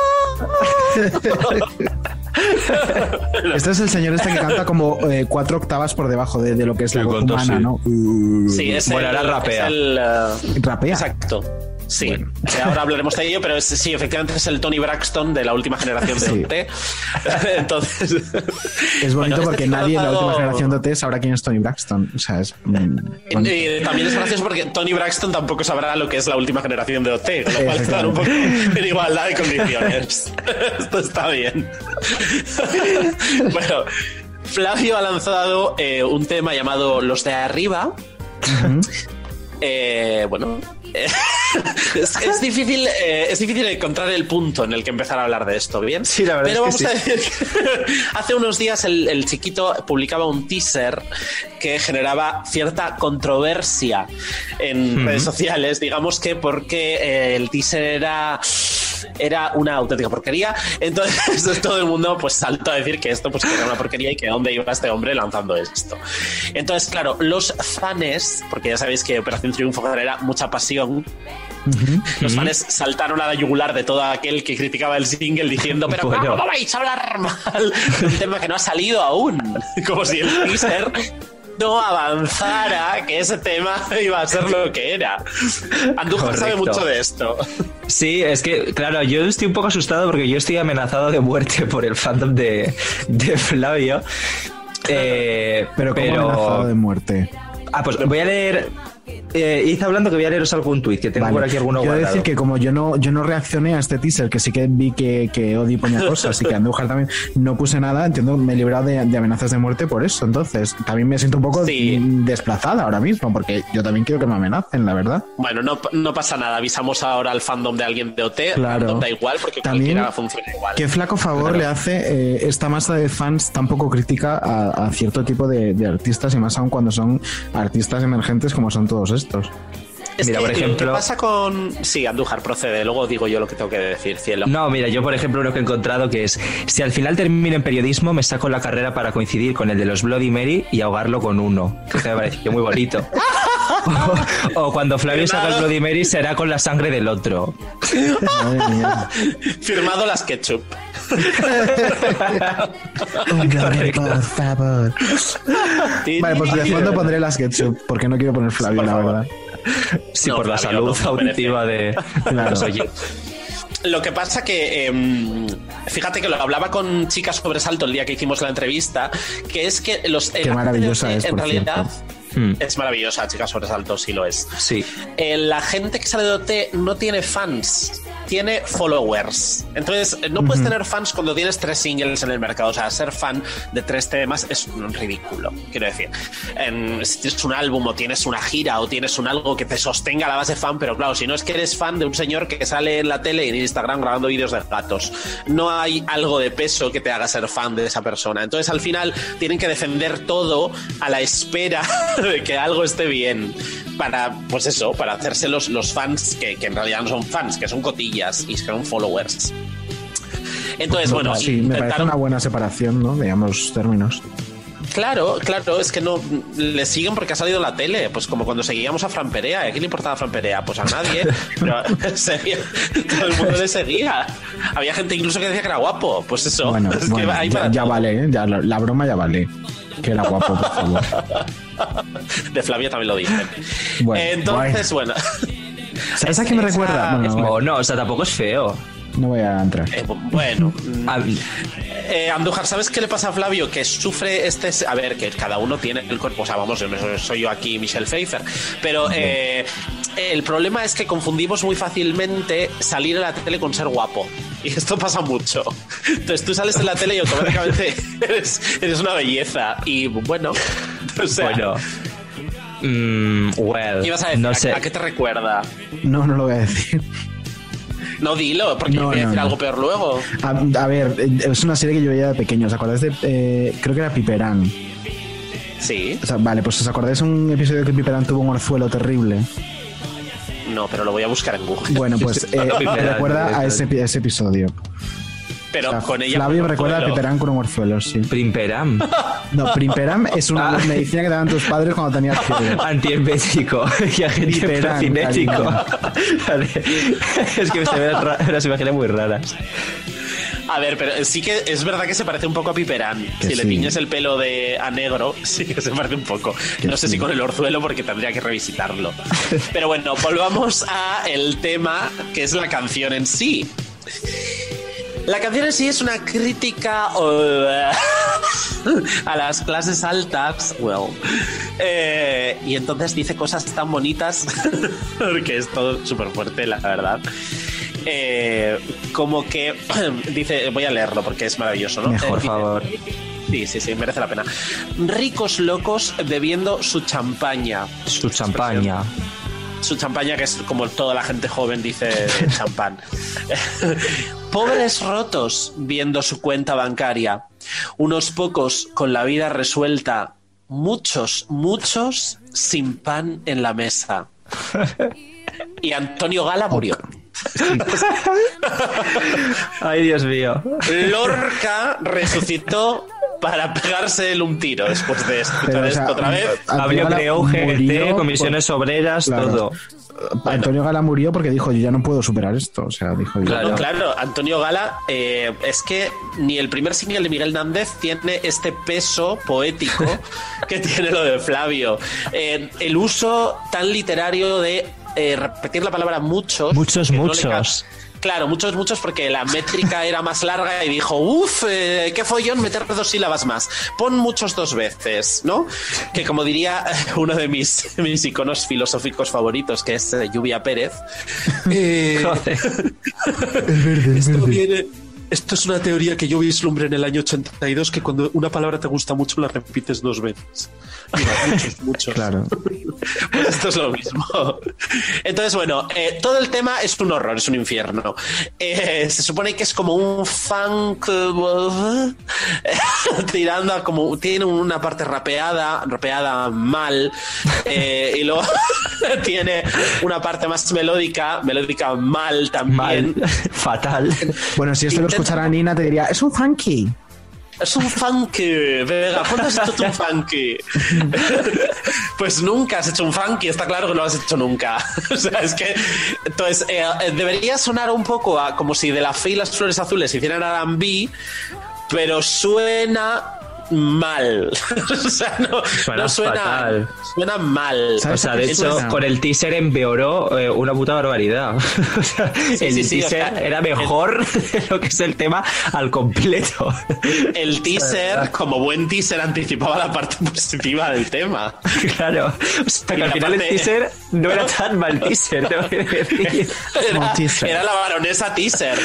Este es el señor que canta como 4 octavas por debajo de lo que es la voz humana, ¿no? Sí, es bueno, ahora rapea. ¿Rapea? Exacto. Sí, ahora hablaremos de ello, pero sí, efectivamente es el Tony Braxton de la última generación de OT. Entonces... Es bonito bueno, porque nadie en la última generación de OT sabrá quién es Tony Braxton. O sea, es... Y también es gracioso porque Tony Braxton tampoco sabrá lo que es la última generación de OT, con lo cual están un poco en igualdad de condiciones. Esto está bien. Bueno, Flavio ha lanzado un tema llamado Los de Arriba. Bueno, es difícil encontrar el punto en el que empezar a hablar de esto, ¿bien? Sí, la verdad. Pero es que vamos a decir que hace unos días el chiquito publicaba un teaser que generaba cierta controversia en redes sociales, digamos que porque el teaser era una auténtica porquería. Entonces todo el mundo pues saltó a decir que esto pues que era una porquería y que dónde iba este hombre lanzando esto. Entonces, claro, los fans, porque ya sabéis que Operación Triunfo genera mucha pasión, los fans saltaron a la yugular de todo aquel que criticaba el single diciendo pero ¿cómo vais a hablar mal de un tema que no ha salido aún? Como si el teaser no avanzara, que ese tema iba a ser lo que era. Andújar sabe mucho de esto. Sí, es que, claro, yo estoy un poco asustado porque yo estoy amenazado de muerte por el fandom de Flavio. Pero ¿cómo amenazado de muerte? Pues voy a leer... Hice hablando que voy a leeros algún tuit que tengo por aquí alguno quiero guardado. decir que como yo no reaccioné a este teaser, que sí que vi que Odi ponía cosas y que Andújar también, no puse nada, entiendo, me he librado de amenazas de muerte por eso. Entonces también me siento un poco desplazada ahora mismo, porque yo también quiero que me amenacen, la verdad. Bueno, no pasa nada, avisamos ahora al fandom de alguien de OT, claro. Da igual, porque también, cualquiera funciona igual. Qué flaco favor le hace esta masa de fans tan poco crítica a cierto tipo de artistas, y más aún cuando son artistas emergentes como son todos estos. Mira, por ejemplo, ¿qué pasa con...? Sí, Andújar, procede, luego digo yo lo que tengo que decir, cielo. No, mira, yo por ejemplo lo que he encontrado que es: si al final termino en periodismo, me saco la carrera para coincidir con el de los Bloody Mary y ahogarlo con uno. Que me pareció muy bonito. o cuando Flavio saca el Bloody Mary, será con la sangre del otro. Madre mía. Firmado las ketchup. Por favor. Vale, pues de fondo pondré las ketchup, porque no quiero poner Flavio, la verdad. Sí, no, por la salud auditiva de los oyentes. Lo que pasa que, fíjate que lo hablaba con Chicas Sobresalto el día que hicimos la entrevista, que es que Qué maravillosa es, en por realidad... cierto. Es maravillosa, Chicas Sobresalto, sí lo es. Sí. La gente que sale de OT no tiene fans, tiene followers. Entonces, no puedes tener fans cuando tienes 3 singles en el mercado. O sea, ser fan de 3 temas es un ridículo. Quiero decir, si tienes un álbum o tienes una gira o tienes un algo que te sostenga la base fan, pero claro, si no es que eres fan de un señor que sale en la tele y en Instagram grabando vídeos de gatos, no hay algo de peso que te haga ser fan de esa persona. Entonces, al final, tienen que defender todo a la espera de que algo esté bien para, pues eso, para hacerse los fans que en realidad no son fans, que son cotillas y son followers. Entonces, bueno, sí, me parece una buena separación, ¿no? Digamos, términos. Claro, les siguen porque ha salido en la tele, pues como cuando seguíamos a Fran Perea. ¿A quién le importaba a Fran Perea? Pues a nadie, pero todo el mundo le seguía. Había gente incluso que decía que era guapo, pues eso. Bueno, es bueno, que ya vale, ya la broma ya vale. Que era guapo, por favor. De Flavio también lo dicen. Bueno, entonces, bueno. ¿Sabes a qué me recuerda? No, o sea, tampoco es feo. No voy a entrar. Bueno. Andújar, ¿sabes qué le pasa a Flavio? Que sufre a ver, que cada uno tiene el cuerpo. O sea, vamos, soy yo aquí Michelle Pfeiffer. Pero el problema es que confundimos muy fácilmente salir en la tele con ser guapo. Y esto pasa mucho. Entonces tú sales en la tele y automáticamente eres una belleza. Y bueno, o sea... Well, ibas a decir, no sé. ¿A qué te recuerda? No lo voy a decir. No, dilo, porque yo voy a decir algo peor luego. A ver, es una serie que yo veía de pequeño. ¿Os acordáis de...? Creo que era Piperán. Sí. O sea, vale, pues ¿os acordáis un episodio que Piperán tuvo un orzuelo terrible? No, pero lo voy a buscar en Google. Bueno, pues me recuerda a ese episodio. Pero o sea, con ella. Flavio me recuerda a Piperán con un orzuelo, sí. Primperam. No, Primperam es una medicina que te daban tus padres cuando tenías fiebre. Antiembético y agente procinético. Vale. Es que se ven las imágenes muy raras. A ver, pero sí que es verdad que se parece un poco a Piperán. Que Si le sí. tiñes el pelo a negro, sí que se parece un poco. No sé si con el Orzuelo, porque tendría que revisitarlo. Pero bueno, volvamos a el tema, que es la canción en sí. La canción en sí es una crítica a las clases altas. Y entonces dice cosas tan bonitas, porque es todo súper fuerte, la verdad. Como que dice, voy a leerlo porque es maravilloso, ¿no? Mejor, Dice, favor. Sí, merece la pena. Ricos locos bebiendo su champaña. Su champaña. Su champaña, que es como toda la gente joven dice champán. Pobres rotos viendo su cuenta bancaria. Unos pocos con la vida resuelta. Muchos sin pan en la mesa. Y Antonio Gala murió. Ay, Dios mío. Lorca resucitó para pegarse él un tiro después de esto. Otra vez. Había creado UGT, comisiones obreras, claro. todo. Antonio Gala murió porque dijo, yo ya no puedo superar esto. O sea, dijo yo. Claro, Antonio Gala, es que ni el primer single de Miguel Nández tiene este peso poético que tiene lo de Flavio. El uso tan literario de repetir la palabra muchos. Claro, muchos, porque la métrica era más larga y dijo, qué follón meter 2 sílabas más. Pon muchos 2 veces, ¿no? Que como diría uno de mis iconos filosóficos favoritos, que es Lluvia Pérez. Esto es una teoría que yo vislumbré en el año 82, que cuando una palabra te gusta mucho la repites 2 veces. Mira, muchos. Claro. Pues esto es lo mismo. Entonces, bueno, todo el tema es un horror, es un infierno. Se supone que es como un funk tirando a como... Tiene una parte rapeada mal, y luego tiene una parte más melódica mal también. Fatal. Bueno, si esto lo escuchara Nina te diría, es un funky. Es un funky, Vega. ¿Cuándo has hecho tú un funky? Pues nunca has hecho un funky, está claro que no lo has hecho nunca. O sea, es que... Entonces, debería sonar un poco como si De La Fe y las Flores Azules hicieran R&B, pero suena mal. O sea, no suena fatal. Suena mal. O sea, de hecho, con el teaser empeoró una puta barbaridad. O sea, el teaser era mejor de lo que es el tema al completo. El teaser, como buen teaser, anticipaba la parte positiva del tema. Claro. O sea, que al final el teaser no era tan mal teaser, tengo que decir. Era la baronesa teaser.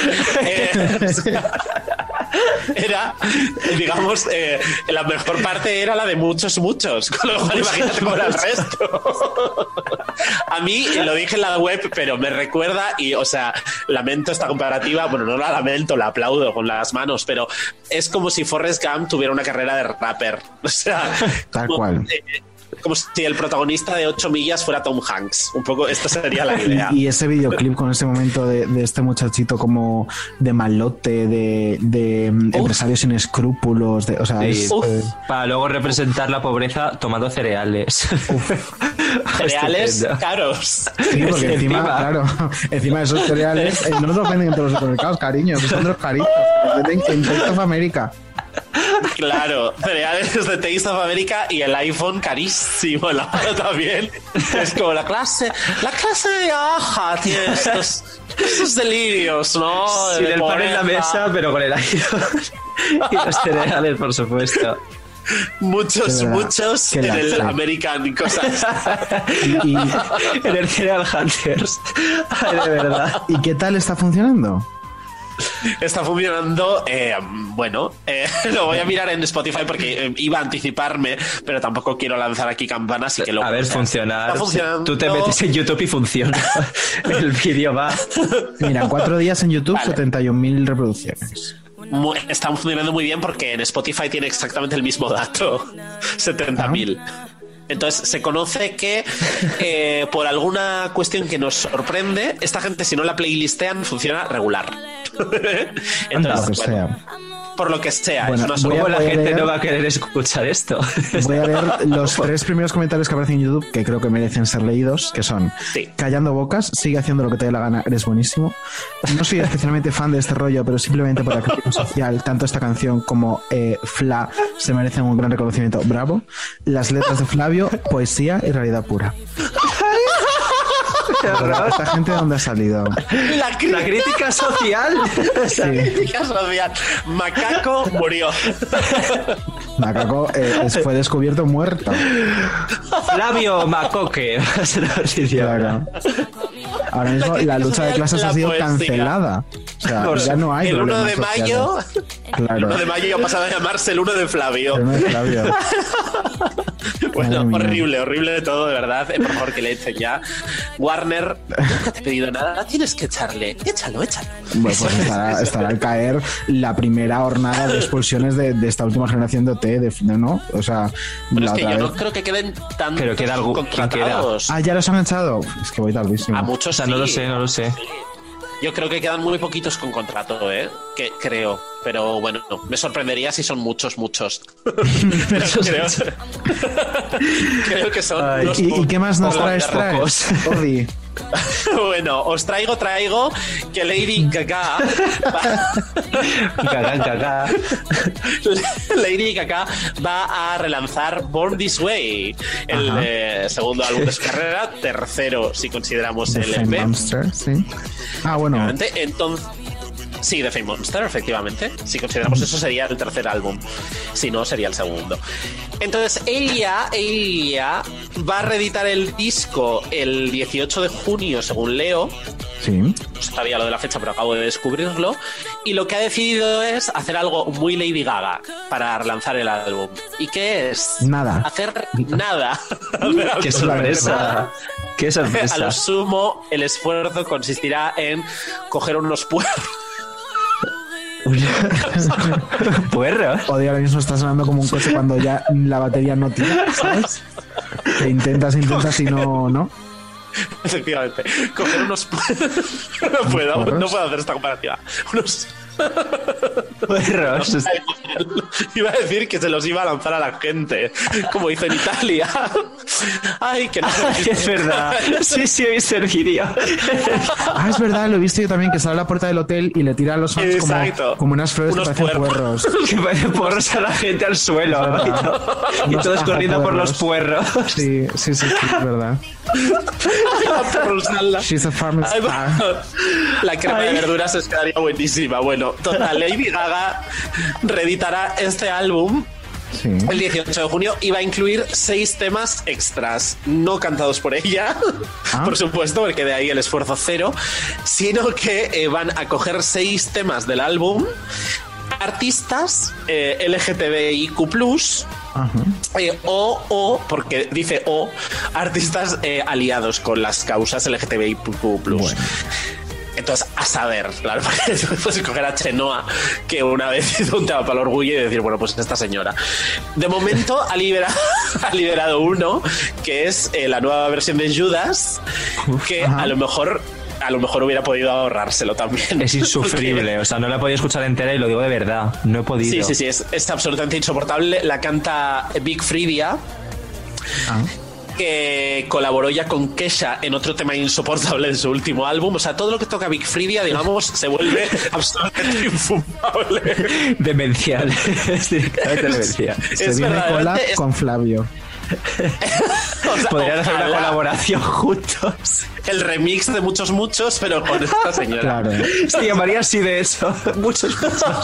Era, digamos, la mejor parte era la de muchos, con lo cual imagínate cómo era el resto. A mí, lo dije en la web, pero me recuerda y, o sea, lamento esta comparativa, bueno, no la lamento, la aplaudo con las manos, pero es como si Forrest Gump tuviera una carrera de rapper. O sea, tal cual. Como si el protagonista de 8 millas fuera Tom Hanks. Un poco, esta sería la idea. Y ese videoclip con ese momento de este muchachito como de malote, de empresario sin escrúpulos, o sea, sí, para luego representar la pobreza tomando cereales. Cereales caros. Sí, porque encima, claro, encima de esos cereales no los venden en todos los supermercados, cariño, son los caritos, los venden en Taste of America. Claro, cereales de Taste of America y el iPhone carísimo, el otro también. Es como la clase de Aja tiene estos delirios, ¿no? Sin el pan en la mesa, pero con el iPhone y los cereales, por supuesto. Muchos en el American cosas. Y en el Cereal Hunters. Ay, de verdad. ¿Y qué tal está funcionando? Está funcionando, lo voy a mirar en Spotify porque iba a anticiparme, pero tampoco quiero lanzar aquí campanas y que luego... A ver, funcionar. Está funcionando. Tú te metes en YouTube y funciona. El vídeo va. Mira, en 4 días en YouTube, vale. 71.000 reproducciones. Están funcionando muy bien porque en Spotify tiene exactamente el mismo dato. 70.000. Entonces se conoce que por alguna cuestión que nos sorprende, esta gente, si no la playlistean, funciona regular. Entonces, por lo que sea. Bueno, es una ¿Cómo la voy a gente leer- no va a querer escuchar esto? Voy a leer los 3 primeros comentarios que aparecen en YouTube, que creo que merecen ser leídos, que son: Callando bocas, sigue haciendo lo que te dé la gana, eres buenísimo. No soy especialmente fan de este rollo, pero simplemente por la crítica social, tanto esta canción como Fla se merecen un gran reconocimiento. Bravo. Las letras de Flavio, poesía y realidad pura. ¿Esta gente de dónde ha salido? La crítica social. La crítica social. Macaco murió. Macaco fue descubierto muerto. Flavio Macoque. Claro. Ahora mismo la lucha de clases ha sido cancelada. O sea, ya no hay el 1 problemas de mayo. sociales. El Claro. 1 de mayo ha pasado a llamarse el 1 de Flavio. El 1 de Flavio. Bueno, Madre mía. horrible de todo, de verdad. Por favor, que le echen ya. Warner, nunca te he pedido nada, tienes que echarle. Échalo. Bueno, pues estará al caer la primera hornada de expulsiones de esta última generación de OT, ¿no? O sea, Bueno, la es que otra yo vez. no creo que queden tantos Pero queda algo- ¿quién contratados. Ah, ya los han echado. Es que voy tardísimo. A muchos O sea, no sí. lo sé. Yo creo que quedan muy poquitos con contrato, que creo. Pero bueno, me sorprendería si son muchos. Pero creo que son Ay. unos ¿Y qué más nos pocos. traes? Odi. Bueno, os traigo que Lady Gaga Lady Gaga va a relanzar Born This Way, el segundo álbum de su carrera, tercero si consideramos The el Fame EP. Monster, sí. Ah, bueno. Entonces, sí, The Fame Monster, efectivamente. Si consideramos eso, sería el tercer álbum. Si no, sería el segundo. Entonces, ella va a reeditar el disco el 18 de junio, según leo. Sí. No sabía lo de la fecha, pero acabo de descubrirlo. Y lo que ha decidido es hacer algo muy Lady Gaga para relanzar el álbum. ¿Y qué es? Nada. Hacer nada. ¡Qué sorpresa! ¡Qué A sorpresa! lo sumo, el esfuerzo consistirá en coger unos puerros. ¿Puerro? Odio, ahora mismo está sonando como un coche cuando ya la batería no tira, ¿sabes? Que intentas y no. Efectivamente. Coger unos. No puedo hacer esta comparativa. Unos. Puerros. Iba a decir que se los iba a lanzar a la gente, como hizo en Italia. Ay, que no. Ay, es verdad. Sí, he visto el vídeo. Ah, es verdad, lo he visto yo también, que sale a la puerta del hotel y le tira a los fans Exacto. como unas flores Unos que parecen puerros. Que parecen porros a la gente al suelo. Y todos corriendo por los puerros. Sí, es verdad. She's a farmer's star. La crema de verduras es quedaría buenísima. Bueno, total, Lady Gaga reeditará este álbum Sí. el 18 de junio y va a incluir 6 temas extras, no cantados por ella, por supuesto, porque de ahí el esfuerzo cero, sino que van a coger 6 temas del álbum, artistas LGTBIQ+, porque dice artistas aliados con las causas LGTBIQ+. Bueno. Entonces, a saber, claro, porque puedes coger a Chenoa, que una vez hizo un tema para el orgullo, y decir, bueno, pues esta señora. De momento ha liberado uno, que es la nueva versión de Judas, que a lo mejor hubiera podido ahorrárselo también. Es insufrible, o sea, no la he podido escuchar entera y lo digo de verdad, no he podido. Sí, es absolutamente insoportable. La canta Big Freedia, que colaboró ya con Kesha en otro tema insoportable de su último álbum. O sea, todo lo que toca Big Freedia, digamos, se vuelve absolutamente infumable. Demencial. Es directamente demencial. Se viene cola con Flavio. O sea, podrían hacer una colaboración juntos. El remix de muchos, pero con esta señora. Claro. Se llamaría así de eso. Muchos.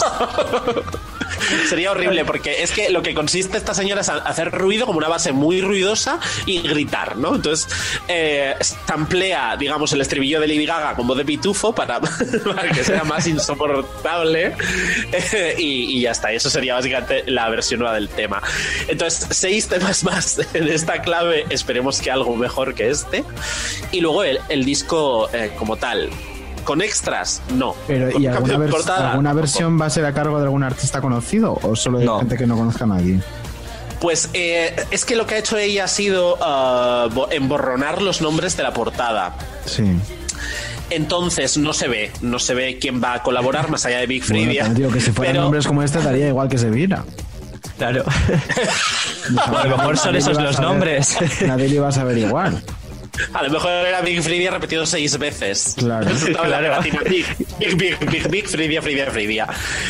Sería horrible, porque es que lo que consiste esta señora es hacer ruido como una base muy ruidosa y gritar, ¿no? Entonces samplea, digamos, el estribillo de Lady Gaga con voz de pitufo para que sea más insoportable, y ya está. Eso sería básicamente la versión nueva del tema. Entonces, 6 temas más en esta clave, esperemos que algo mejor que este, y luego el disco como tal. ¿Con extras? No. Pero, ¿y alguna versión va a ser a cargo de algún artista conocido o solo de gente que no conozca a nadie? Pues es que lo que ha hecho ella ha sido emborronar los nombres de la portada. Sí. Entonces no se ve quién va a colaborar más allá de Big Fridia. Bueno, digo que si fueran nombres como este daría igual que se viera. Claro. A lo mejor son esos los nombres. Nadie le iba a saber igual. A lo mejor era Big Fridia repetido 6 veces. Claro. Claro. Big Fridia.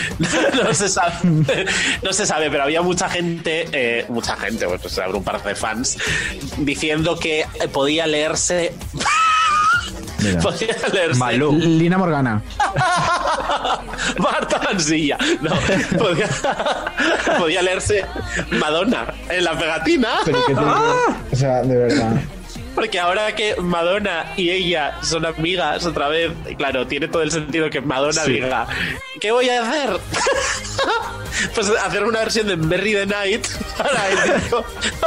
No se sabe, pero había mucha gente, pues habrá un par de fans, diciendo que podía leerse. Mira. Podía leerse. Malú. Lina Morgana. Marta Mansilla. No, podía leerse Madonna en la pegatina. Pero que o sea, de verdad. Porque ahora que Madonna y ella son amigas otra vez, claro, tiene todo el sentido que Madonna diga, ¿qué voy a hacer? Pues hacer una versión de Bury the Night para el disco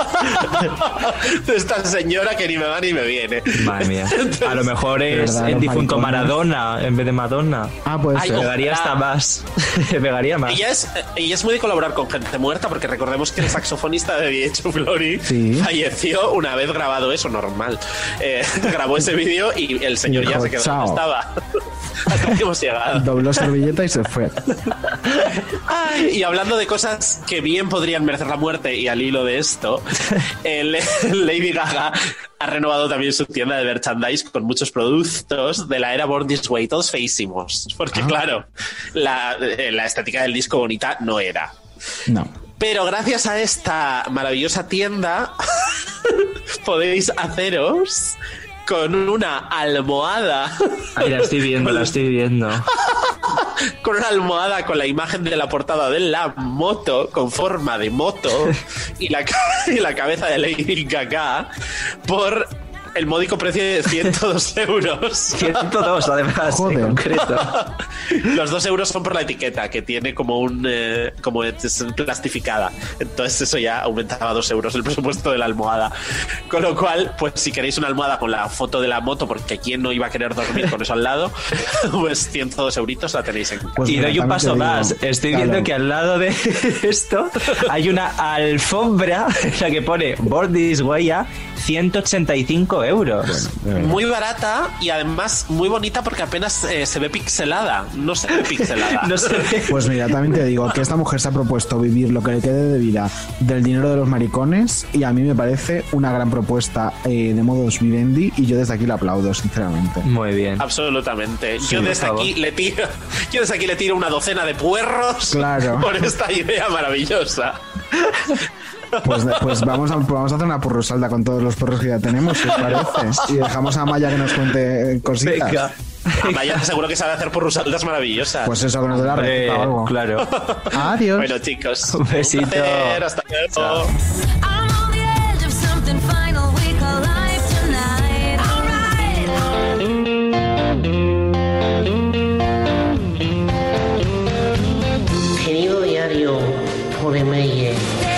de esta señora que ni me va ni me viene. Madre mía. A lo mejor es verdad, el difunto maricones. Maradona en vez de Madonna. Ah, pues Ay, Pegaría hasta más. Pegaría más. Ella es muy de colaborar con gente muerta, porque recordemos que el saxofonista de VH Glory falleció una vez grabado eso, normal. Grabó ese vídeo y el señor ya se quedó donde estaba. Hasta que hemos llegado. Dobló servilleta y se fue. Ay, y hablando de cosas que bien podrían merecer la muerte, y al hilo de esto, Lady Gaga ha renovado también su tienda de merchandise con muchos productos de la era Born This Way, todos feísimos. Porque claro, la estética del disco bonita no era. No. Pero gracias a esta maravillosa tienda podéis haceros con una almohada. Ay, la estoy viendo. Con una almohada con la imagen de la portada de la moto, con forma de moto, y la cabeza de Lady Gaga, por el módico precio de 102 euros. 102, además, en concreto. Los 2 euros son por la etiqueta, que tiene como como es plastificada. Entonces eso ya aumentaba 2 euros el presupuesto de la almohada. Con lo cual, pues si queréis una almohada con la foto de la moto, porque quién no iba a querer dormir con eso al lado, pues 102 euritos la tenéis en casa. Pues y doy un paso más. Estoy viendo que al lado de esto hay una alfombra en la que pone Born This Way a 185 euros. Muy barata y además muy bonita, porque apenas se ve pixelada. No se ve pixelada. No se ve. Pues mira, también te digo que esta mujer se ha propuesto vivir lo que le quede de vida del dinero de los maricones, y a mí me parece una gran propuesta de modus vivendi, y yo desde aquí la aplaudo, sinceramente. Muy bien. Absolutamente. Sí, Yo desde aquí le tiro una docena de puerros, claro, por esta idea maravillosa. Pues vamos a hacer una porrosalda con todos los porros que ya tenemos, si os parece. Y dejamos a Maya que nos cuente cositas. Venga. Maya seguro que sabe hacer porrosaldas maravillosas. Pues eso, que nos dé la receta o algo. Claro. Adiós. Bueno, chicos, un besito. Un placer, hasta luego. Chao. Querido diario Podemeye,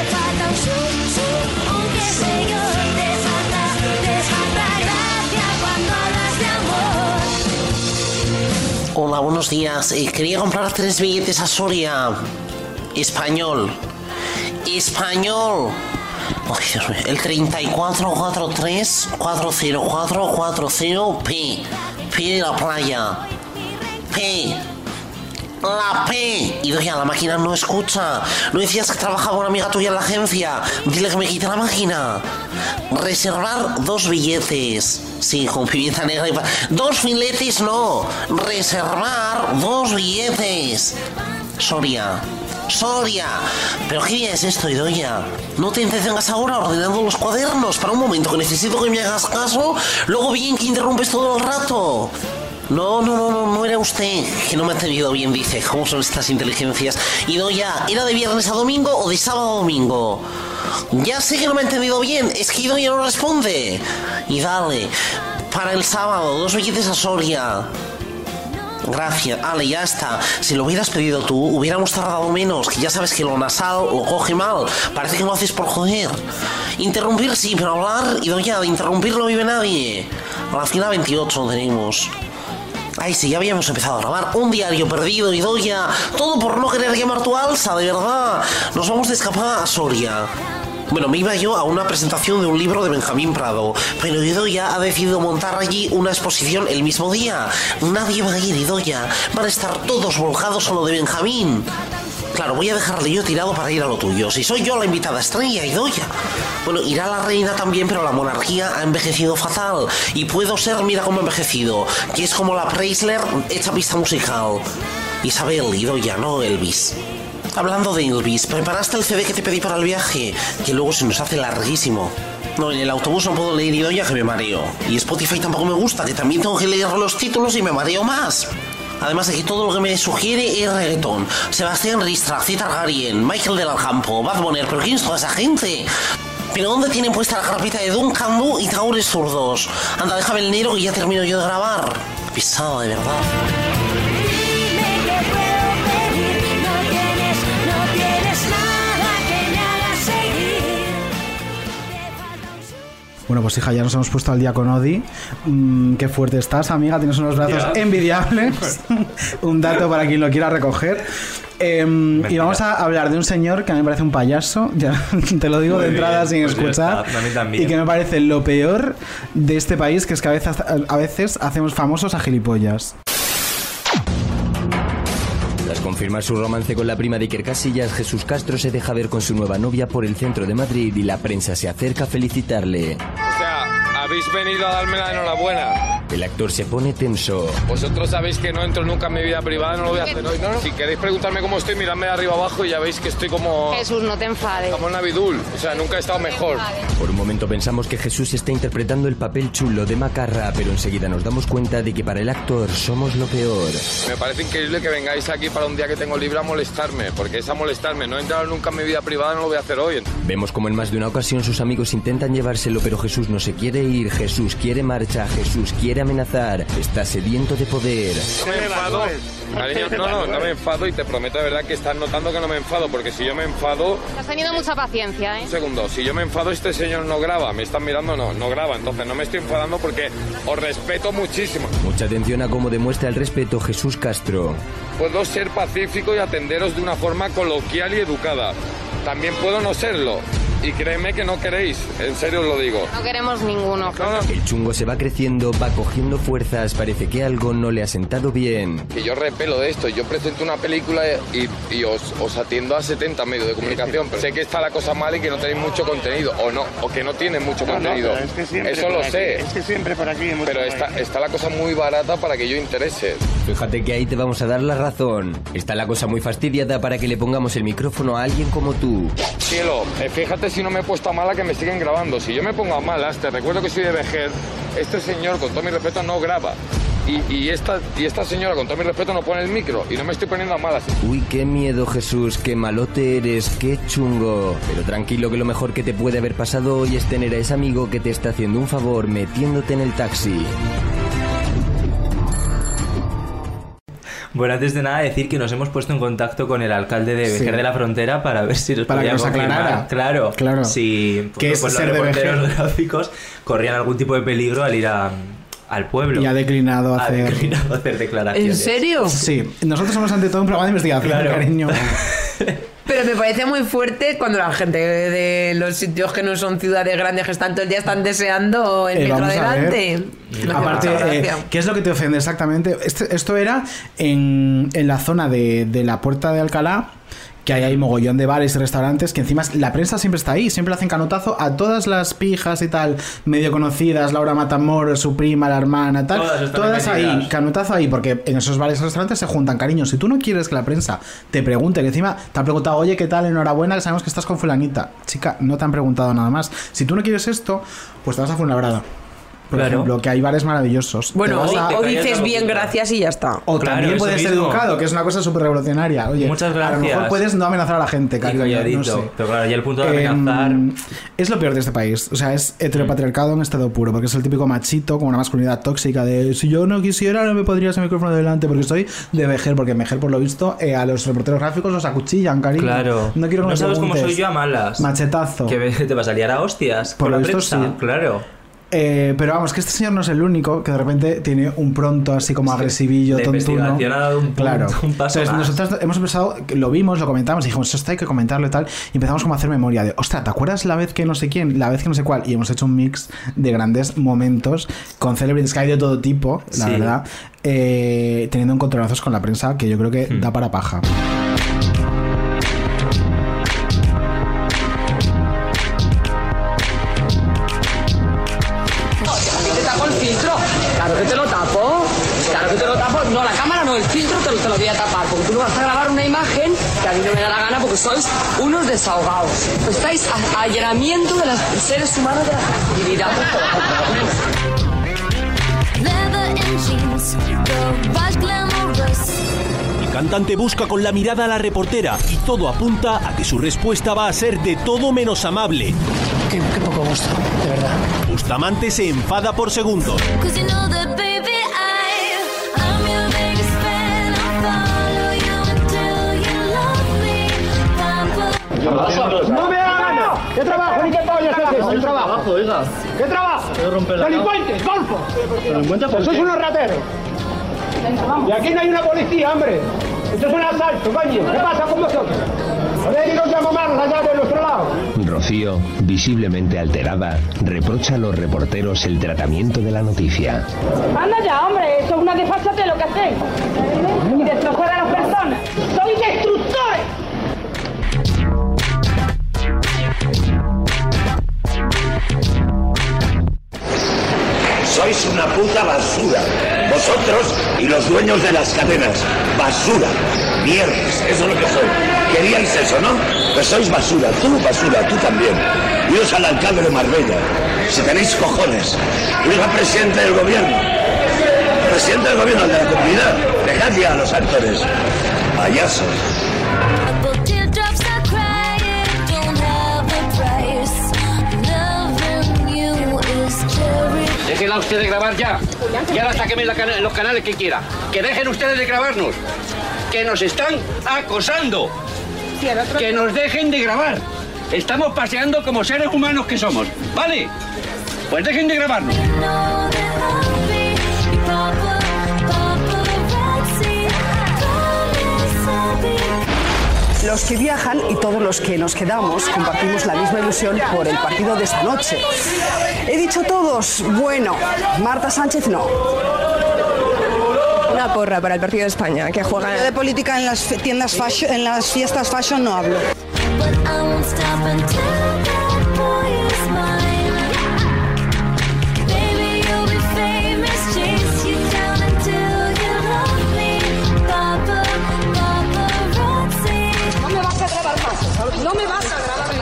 hola, buenos días. Quería comprar 3 billetes a Soria. Español. Ay, Dios mío. El 3443 40440 P. P de la playa. P. La P. Y doña, la máquina no escucha. ¿No decías que trabajaba una amiga tuya en la agencia? Dile que me quite la máquina. Reservar 2 billetes. Sí, con pimienta negra y 2 filetes no. Reservar 2 billetes. Soria. ¿Pero qué día es esto, Idoia? No te entretengas ahora ordenando los cuadernos. Para un momento, que necesito que me hagas caso. Luego bien que interrumpes todo el rato. No era usted, que no me ha entendido bien, dice. ¿Cómo son estas inteligencias? Idoia, ¿era de viernes a domingo o de sábado a domingo? Ya sé que no me ha entendido bien, es que Idoia no responde. Y dale, para el sábado, 2 billetes a Soria. Gracias, Ale, ya está. Si lo hubieras pedido tú, hubiéramos tardado menos. Que ya sabes que lo nasal lo coge mal. Parece que lo haces por joder. Interrumpir sí, pero hablar, Idoia, de interrumpir no vive nadie. A la fila 28 tenemos. Ay, sí, ya habíamos empezado a grabar. Un diario perdido, Idoia. Todo por no querer llamar tu alza, de verdad. Nos vamos de escapada a Soria. Bueno, me iba yo a una presentación de un libro de Benjamín Prado, pero Idoia ha decidido montar allí una exposición el mismo día. Nadie va a ir, Idoia. Van a estar todos volcados a lo de Benjamín. Claro, voy a dejarle yo tirado para ir a lo tuyo. Si soy yo la invitada estrella, Idoia. Bueno, irá la reina también, pero la monarquía ha envejecido fatal. Y puedo ser, mira cómo he envejecido, que es como la Preisler hecha pista musical. Isabel, Idoia, no Elvis. Hablando de Elvis, ¿preparaste el CD que te pedí para el viaje? Que luego se nos hace larguísimo. No, en el autobús no puedo leer Idoia, que me mareo. Y Spotify tampoco me gusta, que también tengo que leer los títulos y me mareo más. Además de que todo lo que me sugiere es reggaetón. Sebastián Ristra, C. Targaryen, Michael del Alcampo, Bad Bunny, pero ¿quién es toda esa gente? ¿Pero dónde tienen puesta la carpeta de Duncan Du y Taures Zurdos? Anda, déjame el negro que ya termino yo de grabar. Pisado, de verdad. Bueno, pues hija, ya nos hemos puesto al día con Odi. Qué fuerte estás, amiga. Tienes unos brazos envidiables. Un dato para quien lo quiera recoger. Y vamos a hablar de un señor que a mí me parece un payaso. Ya te lo digo de entrada sin escuchar. Y que me parece lo peor de este país, que es que a veces hacemos famosos a gilipollas. Tras confirmar su romance con la prima de Iker Casillas, Jesús Castro se deja ver con su nueva novia por el centro de Madrid y la prensa se acerca a felicitarle. O sea, habéis venido a darme la enhorabuena. El actor se pone tenso. Vosotros sabéis que no entro nunca en mi vida privada, no lo voy a hacer hoy, ¿no? Si queréis preguntarme cómo estoy, miradme de arriba abajo y ya veis que estoy como... Jesús, no te enfades. Como Navidul, o sea, nunca he estado mejor. Por un momento pensamos que Jesús está interpretando el papel chulo de Macarra, pero enseguida nos damos cuenta de que para el actor somos lo peor. Me parece increíble que vengáis aquí para un día que tengo libre a molestarme, porque es a molestarme. No he entrado nunca en mi vida privada, no lo voy a hacer hoy. Vemos como en más de una ocasión sus amigos intentan llevárselo, pero Jesús no se quiere ir, Jesús quiere marcha, Jesús quiere amenazar. Está sediento de poder. No me enfado, cariño, no me enfado y te prometo de verdad que estás notando que no me enfado, porque si yo me enfado... Has tenido mucha paciencia, ¿eh? Un segundo, si yo me enfado este señor no graba, me están mirando, no graba, entonces no me estoy enfadando porque os respeto muchísimo. Mucha atención a cómo demuestra el respeto Jesús Castro. Puedo ser pacífico y atenderos de una forma coloquial y educada. También puedo no serlo. Y créeme que no queréis, en serio os lo digo. No queremos ninguno. El chungo se va creciendo, va cogiendo fuerzas, parece que algo no le ha sentado bien. Que yo repelo de esto, yo presento una película y os atiendo a 70 medios de comunicación, pero sé que está la cosa mal y que no tenéis mucho contenido, o no, o que no tienen mucho contenido. Es que eso lo sé. Es que siempre por aquí. Pero está la cosa muy barata para que yo interese. Fíjate que ahí te vamos a dar la razón. Está la cosa muy fastidiada para que le pongamos el micrófono a alguien como tú. Cielo, fíjate si no me he puesto a mala que me siguen grabando. Si yo me pongo a malas, te recuerdo que soy de Vejer, este señor, con todo mi respeto, no graba. Y esta señora, con todo mi respeto, no pone el micro. Y no me estoy poniendo a malas. Uy, qué miedo, Jesús, qué malote eres, qué chungo. Pero tranquilo, que lo mejor que te puede haber pasado hoy es tener a ese amigo que te está haciendo un favor metiéndote en el taxi. Bueno, antes de nada decir que nos hemos puesto en contacto con el alcalde de Vejer de la Frontera para ver si nos podía confirmar. Claro. Si pues, los reporteros gráficos corrían algún tipo de peligro al ir al pueblo. Y ha declinado hacer declaraciones. ¿En serio? Sí. Nosotros somos ante todo un programa de investigación, cariño. Pero me parece muy fuerte cuando la gente de los sitios que no son ciudades grandes que están todo el día están deseando el metro adelante. Aparte, ¿qué es lo que te ofende exactamente? Esto era en la zona de la Puerta de Alcalá, que hay mogollón de bares y restaurantes, que encima la prensa siempre está ahí, siempre hacen canotazo a todas las pijas y tal, medio conocidas, Laura Matamoros, su prima, la hermana, tal, todas ahí, canotazo ahí, porque en esos bares y restaurantes se juntan, cariño. Si tú no quieres que la prensa te pregunte, que encima te han preguntado, oye, ¿qué tal? Enhorabuena, que sabemos que estás con fulanita. Chica, no te han preguntado nada más. Si tú no quieres esto, pues te vas a Fuenlabrada. Por ejemplo, que hay bares maravillosos. Bueno, o dices bien gracias y ya está. O también puedes ser educado, que es una cosa súper revolucionaria. Oye, muchas gracias. A lo mejor puedes no amenazar a la gente, cariño. No sé. Pero claro, ya el punto de amenazar... Es lo peor de este país. O sea, es heteropatriarcado en estado puro, porque es el típico machito con una masculinidad tóxica de si yo no quisiera no me podrías el micrófono delante porque soy de Vejer, porque en Vejer, por lo visto, a los reporteros gráficos los acuchillan, cariño. Claro. No quiero que no sabes cómo soy yo a malas. Machetazo. Que te vas a liar a hostias. Por lo visto, sí. Claro. Pero vamos, que este señor no es el único que de repente tiene un pronto así como agresivillo, la tontuno. investigación ha dado un paso Entonces más. nosotros hemos empezado, lo vimos, lo comentamos, dijimos, esto hay que comentarlo y tal, y empezamos como a hacer memoria de, ostras, ¿te acuerdas la vez que no sé quién, la vez que no sé cuál? Y hemos hecho un mix de grandes momentos con celebrities que hay de todo tipo, la verdad, teniendo encontronazos con la prensa que yo creo que da para paja. Claro que te lo tapo, no, la cámara no, el filtro te lo voy a tapar, porque tú no vas a grabar una imagen que a mí no me da la gana porque sois unos desahogados. Estáis a allanamiento de los seres humanos de la actividad. El cantante busca con la mirada a la reportera y todo apunta a que su respuesta va a ser de todo menos amable. Qué poco gusto, de verdad. Bustamante se enfada por segundos. ¡No me da gana! ¿Qué trabajo ni qué pollas es eso? ¿Qué trabajo? ¿Qué trabajo? ¡Delincuentes, golfos! ¡Sois unos rateros! Y aquí no hay una policía, hombre. Esto es un asalto, coño. ¿Qué pasa con vosotros? ¿Podéis ir a mamar allá de nuestro lado? Rocío, visiblemente alterada, reprocha a los reporteros el tratamiento de la noticia. Anda ya, hombre. Eso es una desfachatez lo que hacéis. Y destrozar a las personas. ¡Sois destructores! Sois una puta basura. Vosotros y los dueños de las cadenas. Basura. Mierdas. Eso es lo que sois. Queríais eso, ¿no? Pues sois basura. Tú también. Iros al alcalde de Marbella. Si tenéis cojones. Iros al presidente del gobierno. Presidente del gobierno, el de la comunidad. Dejad ya a los actores. Payasos. Déjenla usted de grabar ya. Y ahora sáquenme en los canales que quiera. Que dejen ustedes de grabarnos. Que nos están acosando. Que nos dejen de grabar. Estamos paseando como seres humanos que somos. ¿Vale? Pues dejen de grabarnos. Los que viajan y todos los que nos quedamos compartimos la misma ilusión por el partido de esta noche. He dicho todos, bueno, Marta Sánchez no. Una porra para el partido de España, que juega... De política en las tiendas fashion, en las fiestas fashion no hablo. No me vas a grabar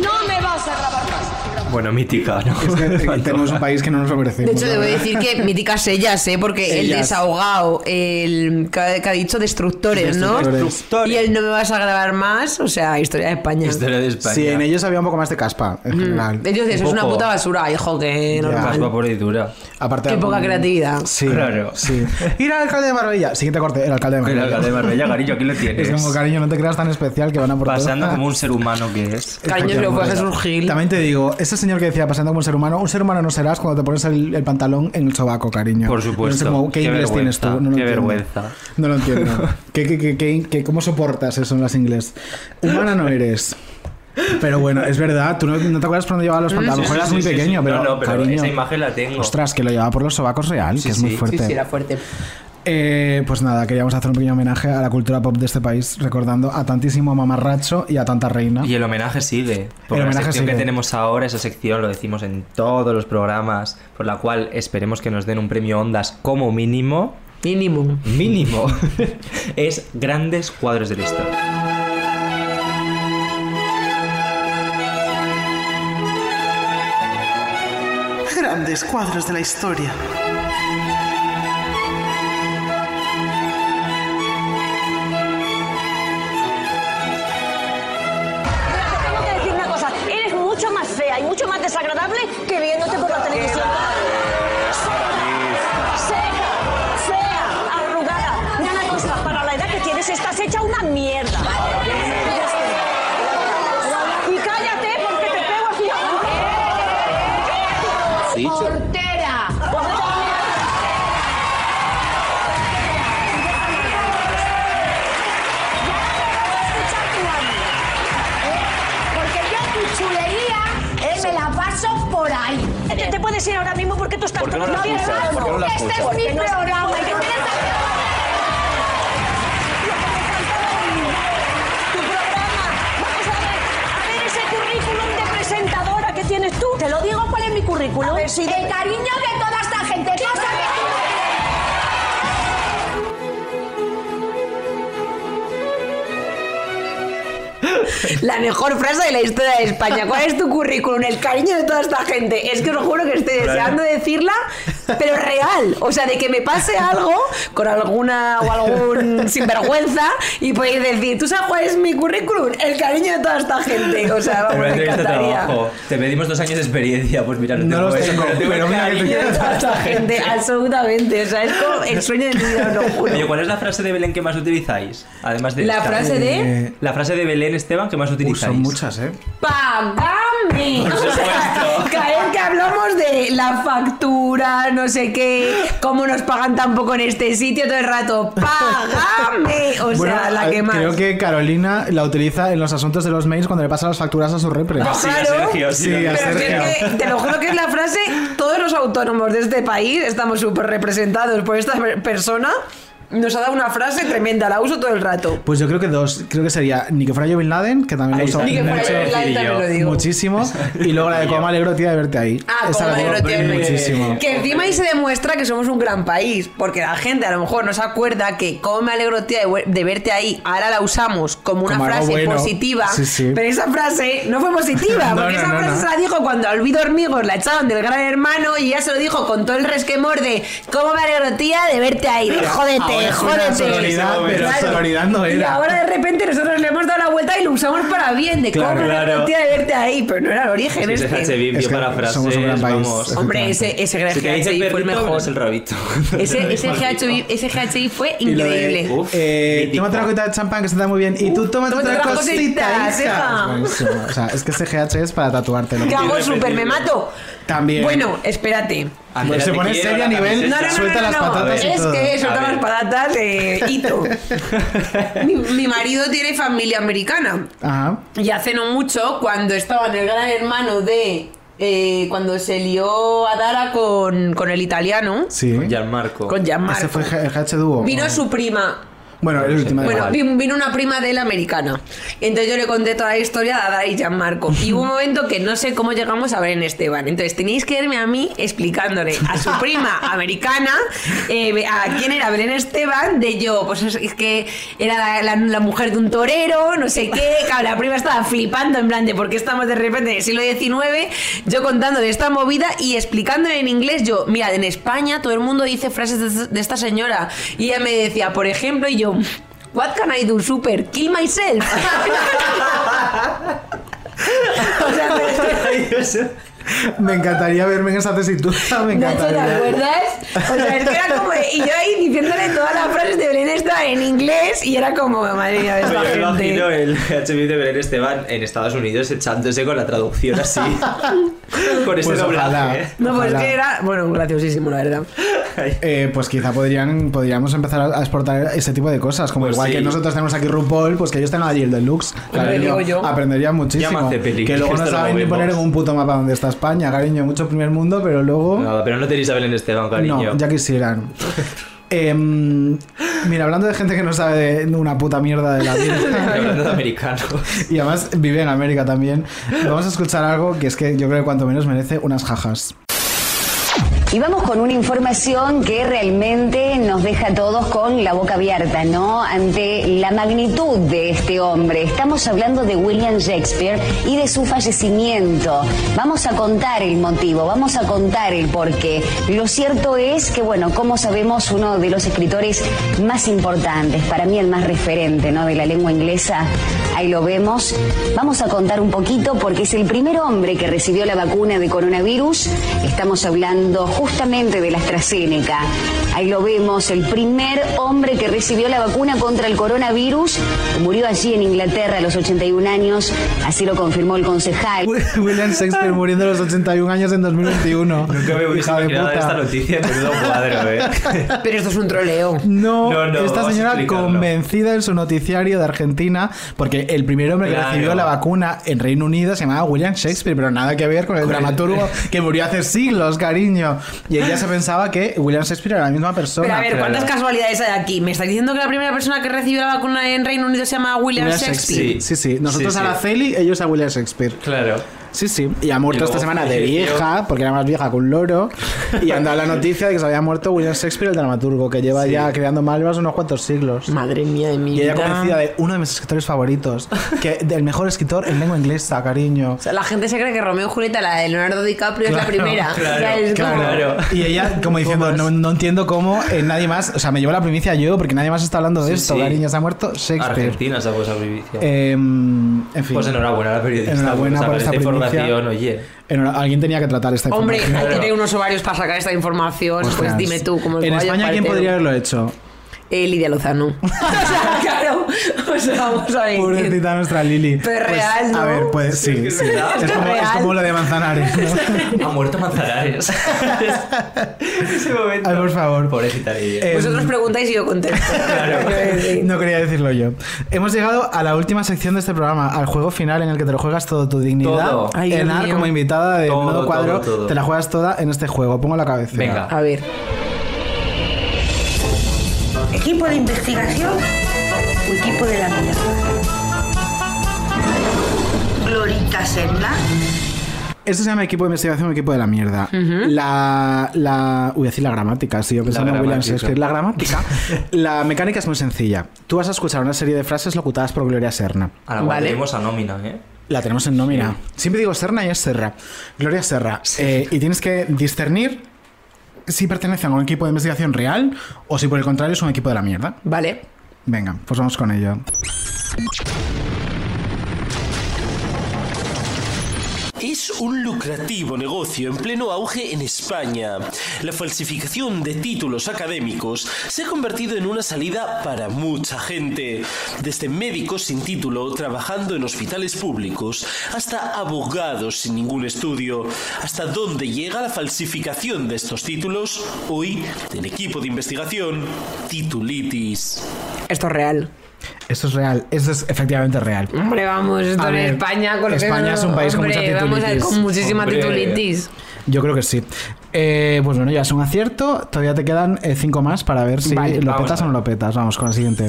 más. Bueno, mítica, ¿no? Es que tenemos un país que no nos lo merecemos. De hecho, debo decir que míticas ellas, porque el desahogado, el que ha dicho destructores, ¿no? Y el no me vas a grabar más, o sea, historia de España. Historia de España. Sí, en ellos había un poco más de caspa, en general. Ellos eso es una puta basura, hijo, que normal. Caspa por ahí dura. Aparte, qué poca creatividad. Sí, claro. Sí. Ir al alcalde de Marbella. Siguiente corte, el alcalde de Marbella. El alcalde de Marbella, cariño, aquí lo tienes. Es como, cariño, no te creas tan especial que van a por pasando todo. como un ser humano que es. Cariño, se lo fue Jesús Gil. También te digo, ese señor que decía pasando como un ser humano no serás cuando te pones el pantalón en el sobaco, cariño. Por supuesto. No sé cómo, ¿qué inglés tienes tú? No qué vergüenza. No lo entiendo. ¿Cómo soportas eso en las inglés? Humana no eres. Pero bueno, es verdad, tú no te acuerdas por dónde llevaba los pantalones. Sí, eras muy pequeño, pero, no, pero cariño, esa imagen la tengo. Ostras, que lo llevaba por los sobacos real, que es muy fuerte. Sí, era fuerte. Pues nada, queríamos hacer un pequeño homenaje a la cultura pop de este país, recordando a tantísimo mamarracho y a tanta reina. Y el homenaje sigue. Porque la sección que tenemos ahora, esa sección lo decimos en todos los programas, por la cual esperemos que nos den un premio Ondas como mínimo. Mínimo. Es grandes cuadros de la historia. Grandes cuadros de la historia. Tengo que decir una cosa, eres mucho más fea y mucho más desagradable que viéndote por la televisión. Seca, fea, arrugada. Mira una cosa, para la edad que tienes estás hecha una mierda. Y cállate porque te pego así. Te puedes ir ahora mismo porque tú estás... ¿Por qué no las usas? ¿Por qué no las usas? Este es mi programa. Presentadora que tienes tú. Te lo digo, ¿cuál es mi currículum? A ver, si el cariño de toda esta gente. ¿No sabes? La mejor frase de la historia de España. ¿Cuál es tu currículum? El cariño de toda esta gente. Es que os juro que estoy deseando decirla, pero real. O sea, de que me pase algo con alguna o algún sinvergüenza y podéis decir, ¿tú sabes cuál es mi currículum? El cariño de toda esta gente. O sea, vamos, me encantaría. Te pedimos 2 años de experiencia. Pues mira, no lo tengo, pero el cariño de toda esta gente. Absolutamente. O sea, es como el sueño de mi vida, lo juro. Oye, ¿cuál es la frase de Belén que más utilizáis? Además de la esta. frase de... La frase de Belén Esteban que más utilizáis. Son muchas, ¡Pagame! O sea, cada vez que hablamos de la factura, no sé qué, cómo nos pagan tan poco en este sitio todo el rato, ¡págame! O sea, la que más. Creo que Carolina la utiliza en los asuntos de los mails cuando le pasa las facturas a su repre. Sí, a Sergio. Sí, a Sergio. Pero es que, te lo juro que es la frase, todos los autónomos de este país estamos súper representados por esta persona. Nos ha dado una frase tremenda, la uso todo el rato. Pues yo creo que 2. Creo que sería ni que fuera yo Bin Laden, que también lo uso Ni que fuera yo Bin Laden, también lo digo. muchísimo. Y luego la de cómo me alegro, tía, de verte ahí. Cómo me alegro, tía, de verte muchísimo. Que encima ahí se demuestra que somos un gran país, porque la gente a lo mejor no se acuerda que cómo me alegro, tía, de verte ahí, ahora la usamos como una frase bueno, positiva, sí. Pero esa frase no fue positiva, porque esa frase se la dijo cuando a Olvido Hormigos la echaban del Gran Hermano y ella se lo dijo con todo el resquemor de cómo me alegro, tía, de verte ahí, de jódete. Pero sonoridad no era. Y ahora de repente nosotros le hemos dado la vuelta y lo usamos para bien, de cómo me tía de verte ahí, pero no era el origen. Sí, ese vídeo para frases, somos un gran país. Vamos. Hombre, ese GHI fue el mejor. Es el rabito. Ese GHI fue increíble. Tómate una cosita de champán que se da muy bien. Y tú tómate otra cosita. O sea, es que ese GH es para tatuártelo. ¿Qué hago súper? ¿Me mato? También. Bueno, espérate. Pues se pone seria a nivel suelta las patatas y todo. Es que suelta las patatas de hito. Mi marido tiene familia americana. Ajá. Y hace no mucho, cuando estaba en el Gran Hermano de... cuando se lió a Dara con el italiano. Sí. Con Gianmarco. Ese fue el GH Dúo. Vino su prima. Bueno, el último. Bueno, vino una prima de la americana. Entonces yo le conté toda la historia a Dara y Gianmarco. Y hubo un momento que no sé cómo llegamos a Belén Esteban. Entonces teníais que verme a mí explicándole a su prima americana a quién era Belén Esteban, de yo, pues es que era la mujer de un torero, no sé qué. Claro, la prima estaba flipando en plan de por qué estamos de repente en el siglo XIX, yo contando de esta movida y explicándole en inglés. Yo, mira, en España todo el mundo dice frases de esta señora. Y ella me decía, por ejemplo, y yo, what can I do, super? Kill myself. O sea, me encantaría verme en esa tesitura. Me encantaría. ¿Te acuerdas? O sea, es que era como... Y yo ahí diciéndole todas las frases de Belén Esteban en inglés y era como, madre mía, de esta gente. Yo imagino el HB de Belén Esteban en Estados Unidos echándose con la traducción así. Con ese doblaje. No, pues que era... Bueno, graciosísimo, la verdad. Pues quizá podríamos empezar a exportar ese tipo de cosas. Como pues igual que nosotros tenemos aquí RuPaul, pues que ellos tengan allí el Deluxe. Claro, aprendería muchísimo. Que luego no saben ni poner en un puto mapa donde está España, cariño. Mucho primer mundo, pero luego... Nada, pero no tenéis a Belén Esteban, cariño. No, ya quisieran. Mira, hablando de gente que no sabe de una puta mierda de la vida. Hablando de americanos. Y además vive en América también. Vamos a escuchar algo que es que yo creo que cuanto menos merece unas jajas. Y vamos con una información que realmente nos deja a todos con la boca abierta, ¿no? Ante la magnitud de este hombre. Estamos hablando de William Shakespeare y de su fallecimiento. Vamos a contar el motivo, vamos a contar el porqué. Lo cierto es que, bueno, como sabemos, uno de los escritores más importantes, para mí el más referente, ¿no?, de la lengua inglesa, ahí lo vemos. Vamos a contar un poquito porque es el primer hombre que recibió la vacuna de coronavirus. Estamos hablando justamente de la AstraZeneca. Ahí lo vemos, el primer hombre que recibió la vacuna contra el coronavirus, murió allí en Inglaterra a los 81 años, así lo confirmó el concejal. William Shakespeare muriendo a los 81 años en 2021. Nunca me hubiese imaginado esta noticia en menudo cuadro, Pero esto es un troleo. No, esta señora convencida en su noticiario de Argentina, porque el primer hombre que recibió la vacuna en Reino Unido se llamaba William Shakespeare, pero nada que ver con el dramaturgo que murió hace siglos, cariño. Y ella se pensaba que William Shakespeare era la misma persona. Pero a ver, ¿cuántas casualidades hay aquí? ¿Me estás diciendo que la primera persona que recibió la vacuna en Reino Unido se llama William Shakespeare? Sí. Nosotros a Araceli, ellos a William Shakespeare. Claro. Sí. Y ha muerto esta semana de vieja, porque era más vieja que un loro. Y anda la noticia de que se había muerto William Shakespeare, el dramaturgo, que lleva ya creando malvas unos cuantos siglos. Madre mía de mi vida. Y ella convencida de uno de mis escritores favoritos, que del mejor escritor en lengua inglesa, cariño. O sea, la gente se cree que Romeo y Julieta, la de Leonardo DiCaprio, es la primera. Claro. Y ella como diciendo, no entiendo cómo nadie más, o sea, me llevó la primicia yo, porque nadie más está hablando de esto, cariño. Se ha muerto Shakespeare. Argentina sacó esa primicia. En fin. Pues enhorabuena a la periodista. Enhorabuena por esta primicia. Oye. Alguien tenía que tratar esta información. Hombre, tiene unos ovarios para sacar esta información. Ostras. Pues dime tú cómo es. En España, ¿quién podría haberlo hecho? Lidia Lozano. O sea, claro. O sea, vamos a ver. Pobrecita nuestra Lili. Pero pues, real, ¿no? A ver, pues sí. Es como lo de Manzanares, ¿no? Ha muerto Manzanares. En ese momento. Ay, por favor. Pobrecita Lidia. Vosotros preguntáis y yo contesto. Claro. No quería decirlo yo. Hemos llegado a la última sección de este programa, al juego final en el que te lo juegas todo, tu dignidad. Todo. Ay, Enar, como invitada de Menudo Cuadro, todo. te la juegas toda en este juego. Pongo la cabeza. Venga. A ver. ¿Equipo de investigación o equipo de la mierda? Glorita Serna. Esto se llama equipo de investigación o equipo de la mierda. Voy a decir la gramática, sí, yo pensando en William Shakespeare. La gramática, la mecánica es muy sencilla. Tú vas a escuchar una serie de frases locutadas por Gloria Serna. Ahora la tenemos a nómina, La tenemos en nómina. Siempre digo Serna y es Serra. Gloria Serra. Sí. Y tienes que discernir si pertenecen a un equipo de investigación real o si por el contrario es un equipo de la mierda. Vale. Venga, pues vamos con ello. Es un lucrativo negocio en pleno auge en España. La falsificación de títulos académicos se ha convertido en una salida para mucha gente. Desde médicos sin título trabajando en hospitales públicos hasta abogados sin ningún estudio. ¿Hasta dónde llega la falsificación de estos títulos? Hoy, en equipo de investigación, titulitis. Esto es real. Esto es real, esto es efectivamente real. Hombre, vamos, esto en España... España es un país con mucha titulitis. Vamos a ver, con muchísima titulitis. Yo creo que sí. Pues bueno, ya es un acierto. Todavía te quedan 5 más para ver si lo petas o no lo petas. Vamos con la siguiente.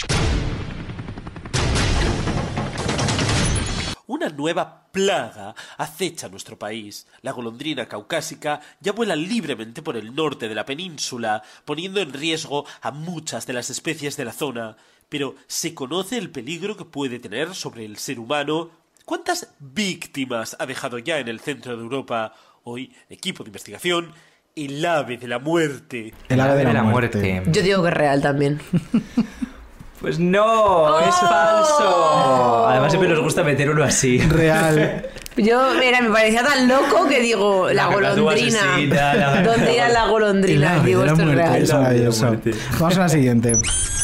Una nueva plaga acecha nuestro país. La golondrina caucásica ya vuela libremente por el norte de la península, poniendo en riesgo a muchas de las especies de la zona. Pero ¿se conoce el peligro que puede tener sobre el ser humano? ¿Cuántas víctimas ha dejado ya en el centro de Europa? Hoy, equipo de investigación, el ave de la muerte. El ave de la muerte. Yo digo que es real también. Pues no, es falso. Además siempre nos gusta meter uno así. Real. Yo, mira, me parecía tan loco que digo, la golondrina. ¿Dónde irá la golondrina? Digo, esto es real. Es maravilloso. Vamos a la siguiente.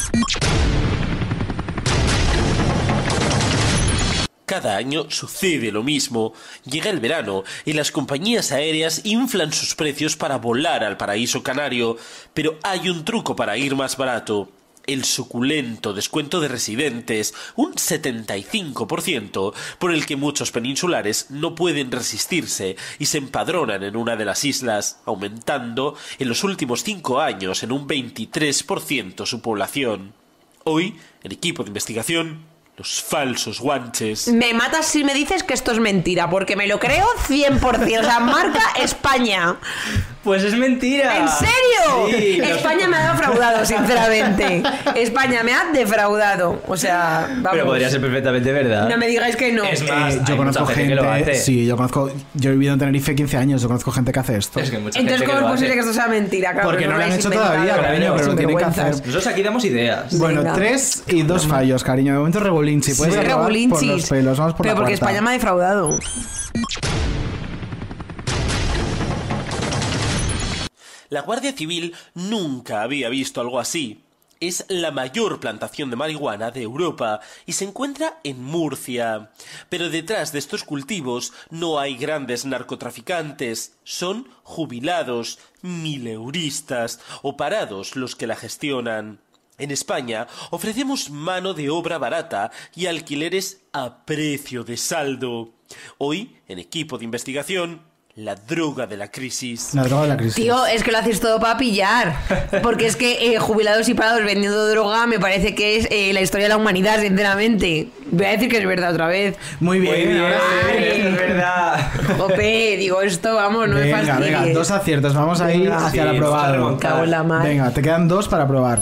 Cada año sucede lo mismo. Llega el verano y las compañías aéreas inflan sus precios para volar al paraíso canario, pero hay un truco para ir más barato. El suculento descuento de residentes, un 75%, por el que muchos peninsulares no pueden resistirse y se empadronan en una de las islas, aumentando en los últimos 5 años en un 23% su población. Hoy, en equipo de investigación, los falsos guanches. Me matas si me dices que esto es mentira, porque me lo creo 100%. O sea, marca España. Pues es mentira. ¿En serio? Sí, España me ha defraudado, sinceramente. España me ha defraudado. O sea, vamos. Pero podría ser perfectamente verdad. No me digáis que no. Es más, yo conozco gente que lo hace. Sí, yo he vivido en Tenerife 15 años, yo conozco gente que hace esto. Es que mucha entonces, gente ¿cómo es posible que esto sea mentira? Claro, porque no lo han hecho todavía, cariño, pero lo tienen que hacer. Nosotros aquí damos ideas. Bueno, 3 y 2 fallos, cariño. De momento Revolinchi. Puedes acabar por los pelos. Vamos por pero la porque cuarta. España me ha defraudado. La Guardia Civil nunca había visto algo así. Es la mayor plantación de marihuana de Europa y se encuentra en Murcia. Pero detrás de estos cultivos no hay grandes narcotraficantes, son jubilados, mileuristas o parados los que la gestionan. En España ofrecemos mano de obra barata y alquileres a precio de saldo. Hoy, en Equipo de Investigación, la droga de la crisis. La droga de la crisis. Tío, es que lo hacéis todo para pillar. Porque es que jubilados y parados vendiendo droga me parece que es la historia de la humanidad, sinceramente. Voy a decir que es verdad otra vez. Muy bien. Es verdad. Ope, digo esto, vamos, no me fastidies. Venga, 2 aciertos. Vamos a ir hacia el aprobado. Me cago en la mar. Venga, te quedan 2 para probar.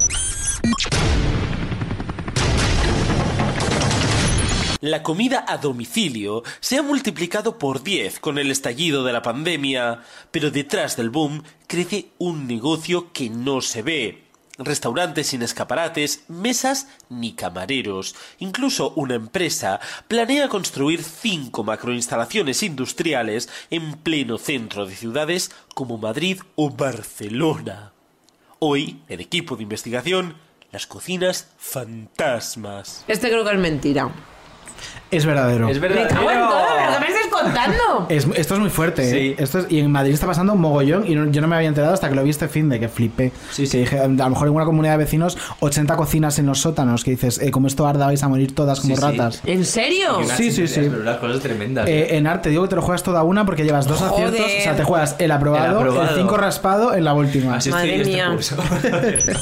La comida a domicilio se ha multiplicado por 10 con el estallido de la pandemia, pero detrás del boom crece un negocio que no se ve. Restaurantes sin escaparates, mesas ni camareros. Incluso una empresa planea construir 5 macroinstalaciones industriales en pleno centro de ciudades como Madrid o Barcelona. Hoy, en Equipo de Investigación, las cocinas fantasmas. Este creo que es mentira. Es verdadero. Es verdadero. Me cago en todo, pero ¿qué me estás contando? Esto es muy fuerte, Sí. ¿eh? Y en Madrid está pasando mogollón y yo no me había enterado hasta que lo vi este fin de que flipé. Sí. Que dije, a lo mejor en una comunidad de vecinos, 80 cocinas en los sótanos, que dices, como esto arda vais a morir todas como Sí. ratas. ¿En serio? Sí. Pero unas cosas tremendas. En arte digo que te lo juegas toda una porque llevas 2 Joder. aciertos, o sea, te juegas el aprobado, el 5 raspado en la última. Así Madre estoy mía. este curso.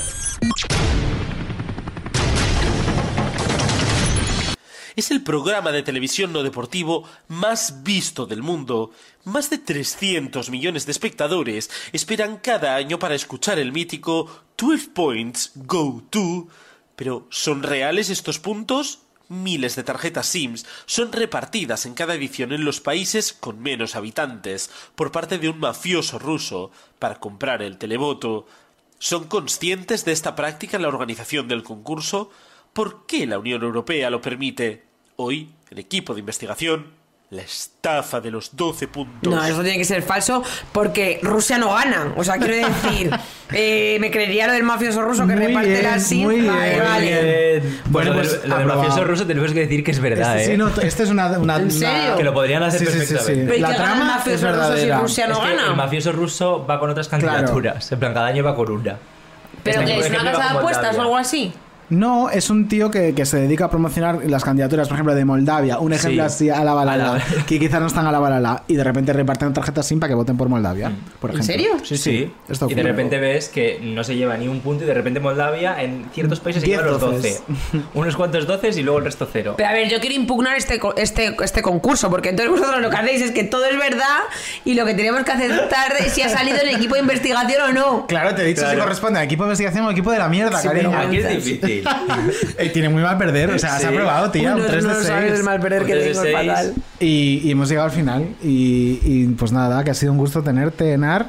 Es el programa de televisión no deportivo más visto del mundo. Más de 300 millones de espectadores esperan cada año para escuchar el mítico 12 Points Go To. Pero, ¿son reales estos puntos? Miles de tarjetas SIMs son repartidas en cada edición en los países con menos habitantes por parte de un mafioso ruso para comprar el televoto. ¿Son conscientes de esta práctica en la organización del concurso? ¿Por qué la Unión Europea lo permite? Hoy, en Equipo de Investigación, la estafa de los 12 puntos. No, eso tiene que ser falso porque Rusia no gana. O sea, quiero decir, me creería lo del mafioso ruso que Muy reparte bien, las SIM. muy Vale. bien. Bueno, Bueno, pues pues, lo del aprobado. mafioso ruso tenemos que decir que es verdad, Sí, no, este es una ¿En serio? Que lo podrían hacer Sí. perfectamente. ¿Pero y La qué gana el trama es mafioso ruso si verdadera. Rusia no Es que gana? el mafioso ruso va con otras candidaturas. En plan, cada año va con una. ¿Pero Este, que por es una ejemplo, casa va de con apuestas o Moldavia. algo así? No, es un tío que se dedica a promocionar las candidaturas, por ejemplo, de Moldavia. Un ejemplo Sí. así a la balala, A la- que quizás no están a la balala. Y de repente reparten tarjetas SIM para que voten por Moldavia, por ¿En ejemplo. serio? Sí. Esto Y de ocurre. repente ves que no se lleva ni un punto y de repente Moldavia en ciertos países se 10 lleva los 12. doces. Unos cuantos 12 y luego el resto 0. Pero a ver, yo quiero impugnar este concurso, porque entonces vosotros lo que hacéis es que todo es verdad y lo que tenemos que aceptar es si ha salido en Equipo de Investigación o no. Claro, te he dicho si corresponde a equipo de investigación o equipo de la mierda, Sí, cariño. pero Aquí es difícil. Tiene muy mal perder, o sea, Sí. se ha probado, tía, Uy, un 3 no de lo 6. sabes el mal perder que Un 3 de tengo, es 6. fatal. Y hemos llegado al final. Y pues nada, que ha sido un gusto tenerte, Enar.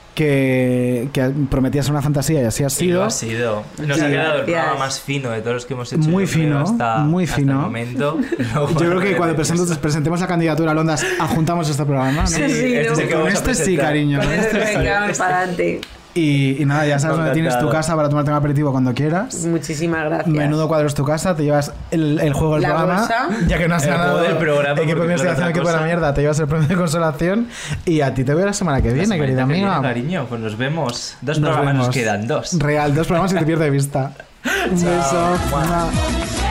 Que prometías ser una fantasía y así ha Y sido. lo ha sido. Nos ha quedado el programa más fino de todos los que hemos hecho. Muy yo creo, fino, hasta, muy hasta fino. el momento. Yo creo que cuando presentemos la candidatura a Londas, adjuntamos este programa, ¿no? Sí, este es el que Con vamos a este sí, presentar. cariño. Con con esto este sí. venga, vamos para adelante. Y nada, ya sabes dónde tienes tu Encantado. casa para tomarte un aperitivo cuando quieras. Muchísimas gracias. Menudo cuadro es tu casa, te llevas el juego del La programa. bolsa. Ya que no has El ganado juego del programa, equipo de porque investigación, otra equipo de la cosa. mierda, te llevas el premio de consolación. Y a ti te veo la semana que viene, querida amiga. Cariño, pues nos vemos. Dos Nos programas vemos. nos quedan, 2. Real, 2 programas y te pierdes de vista. Un beso. Mua. Mua.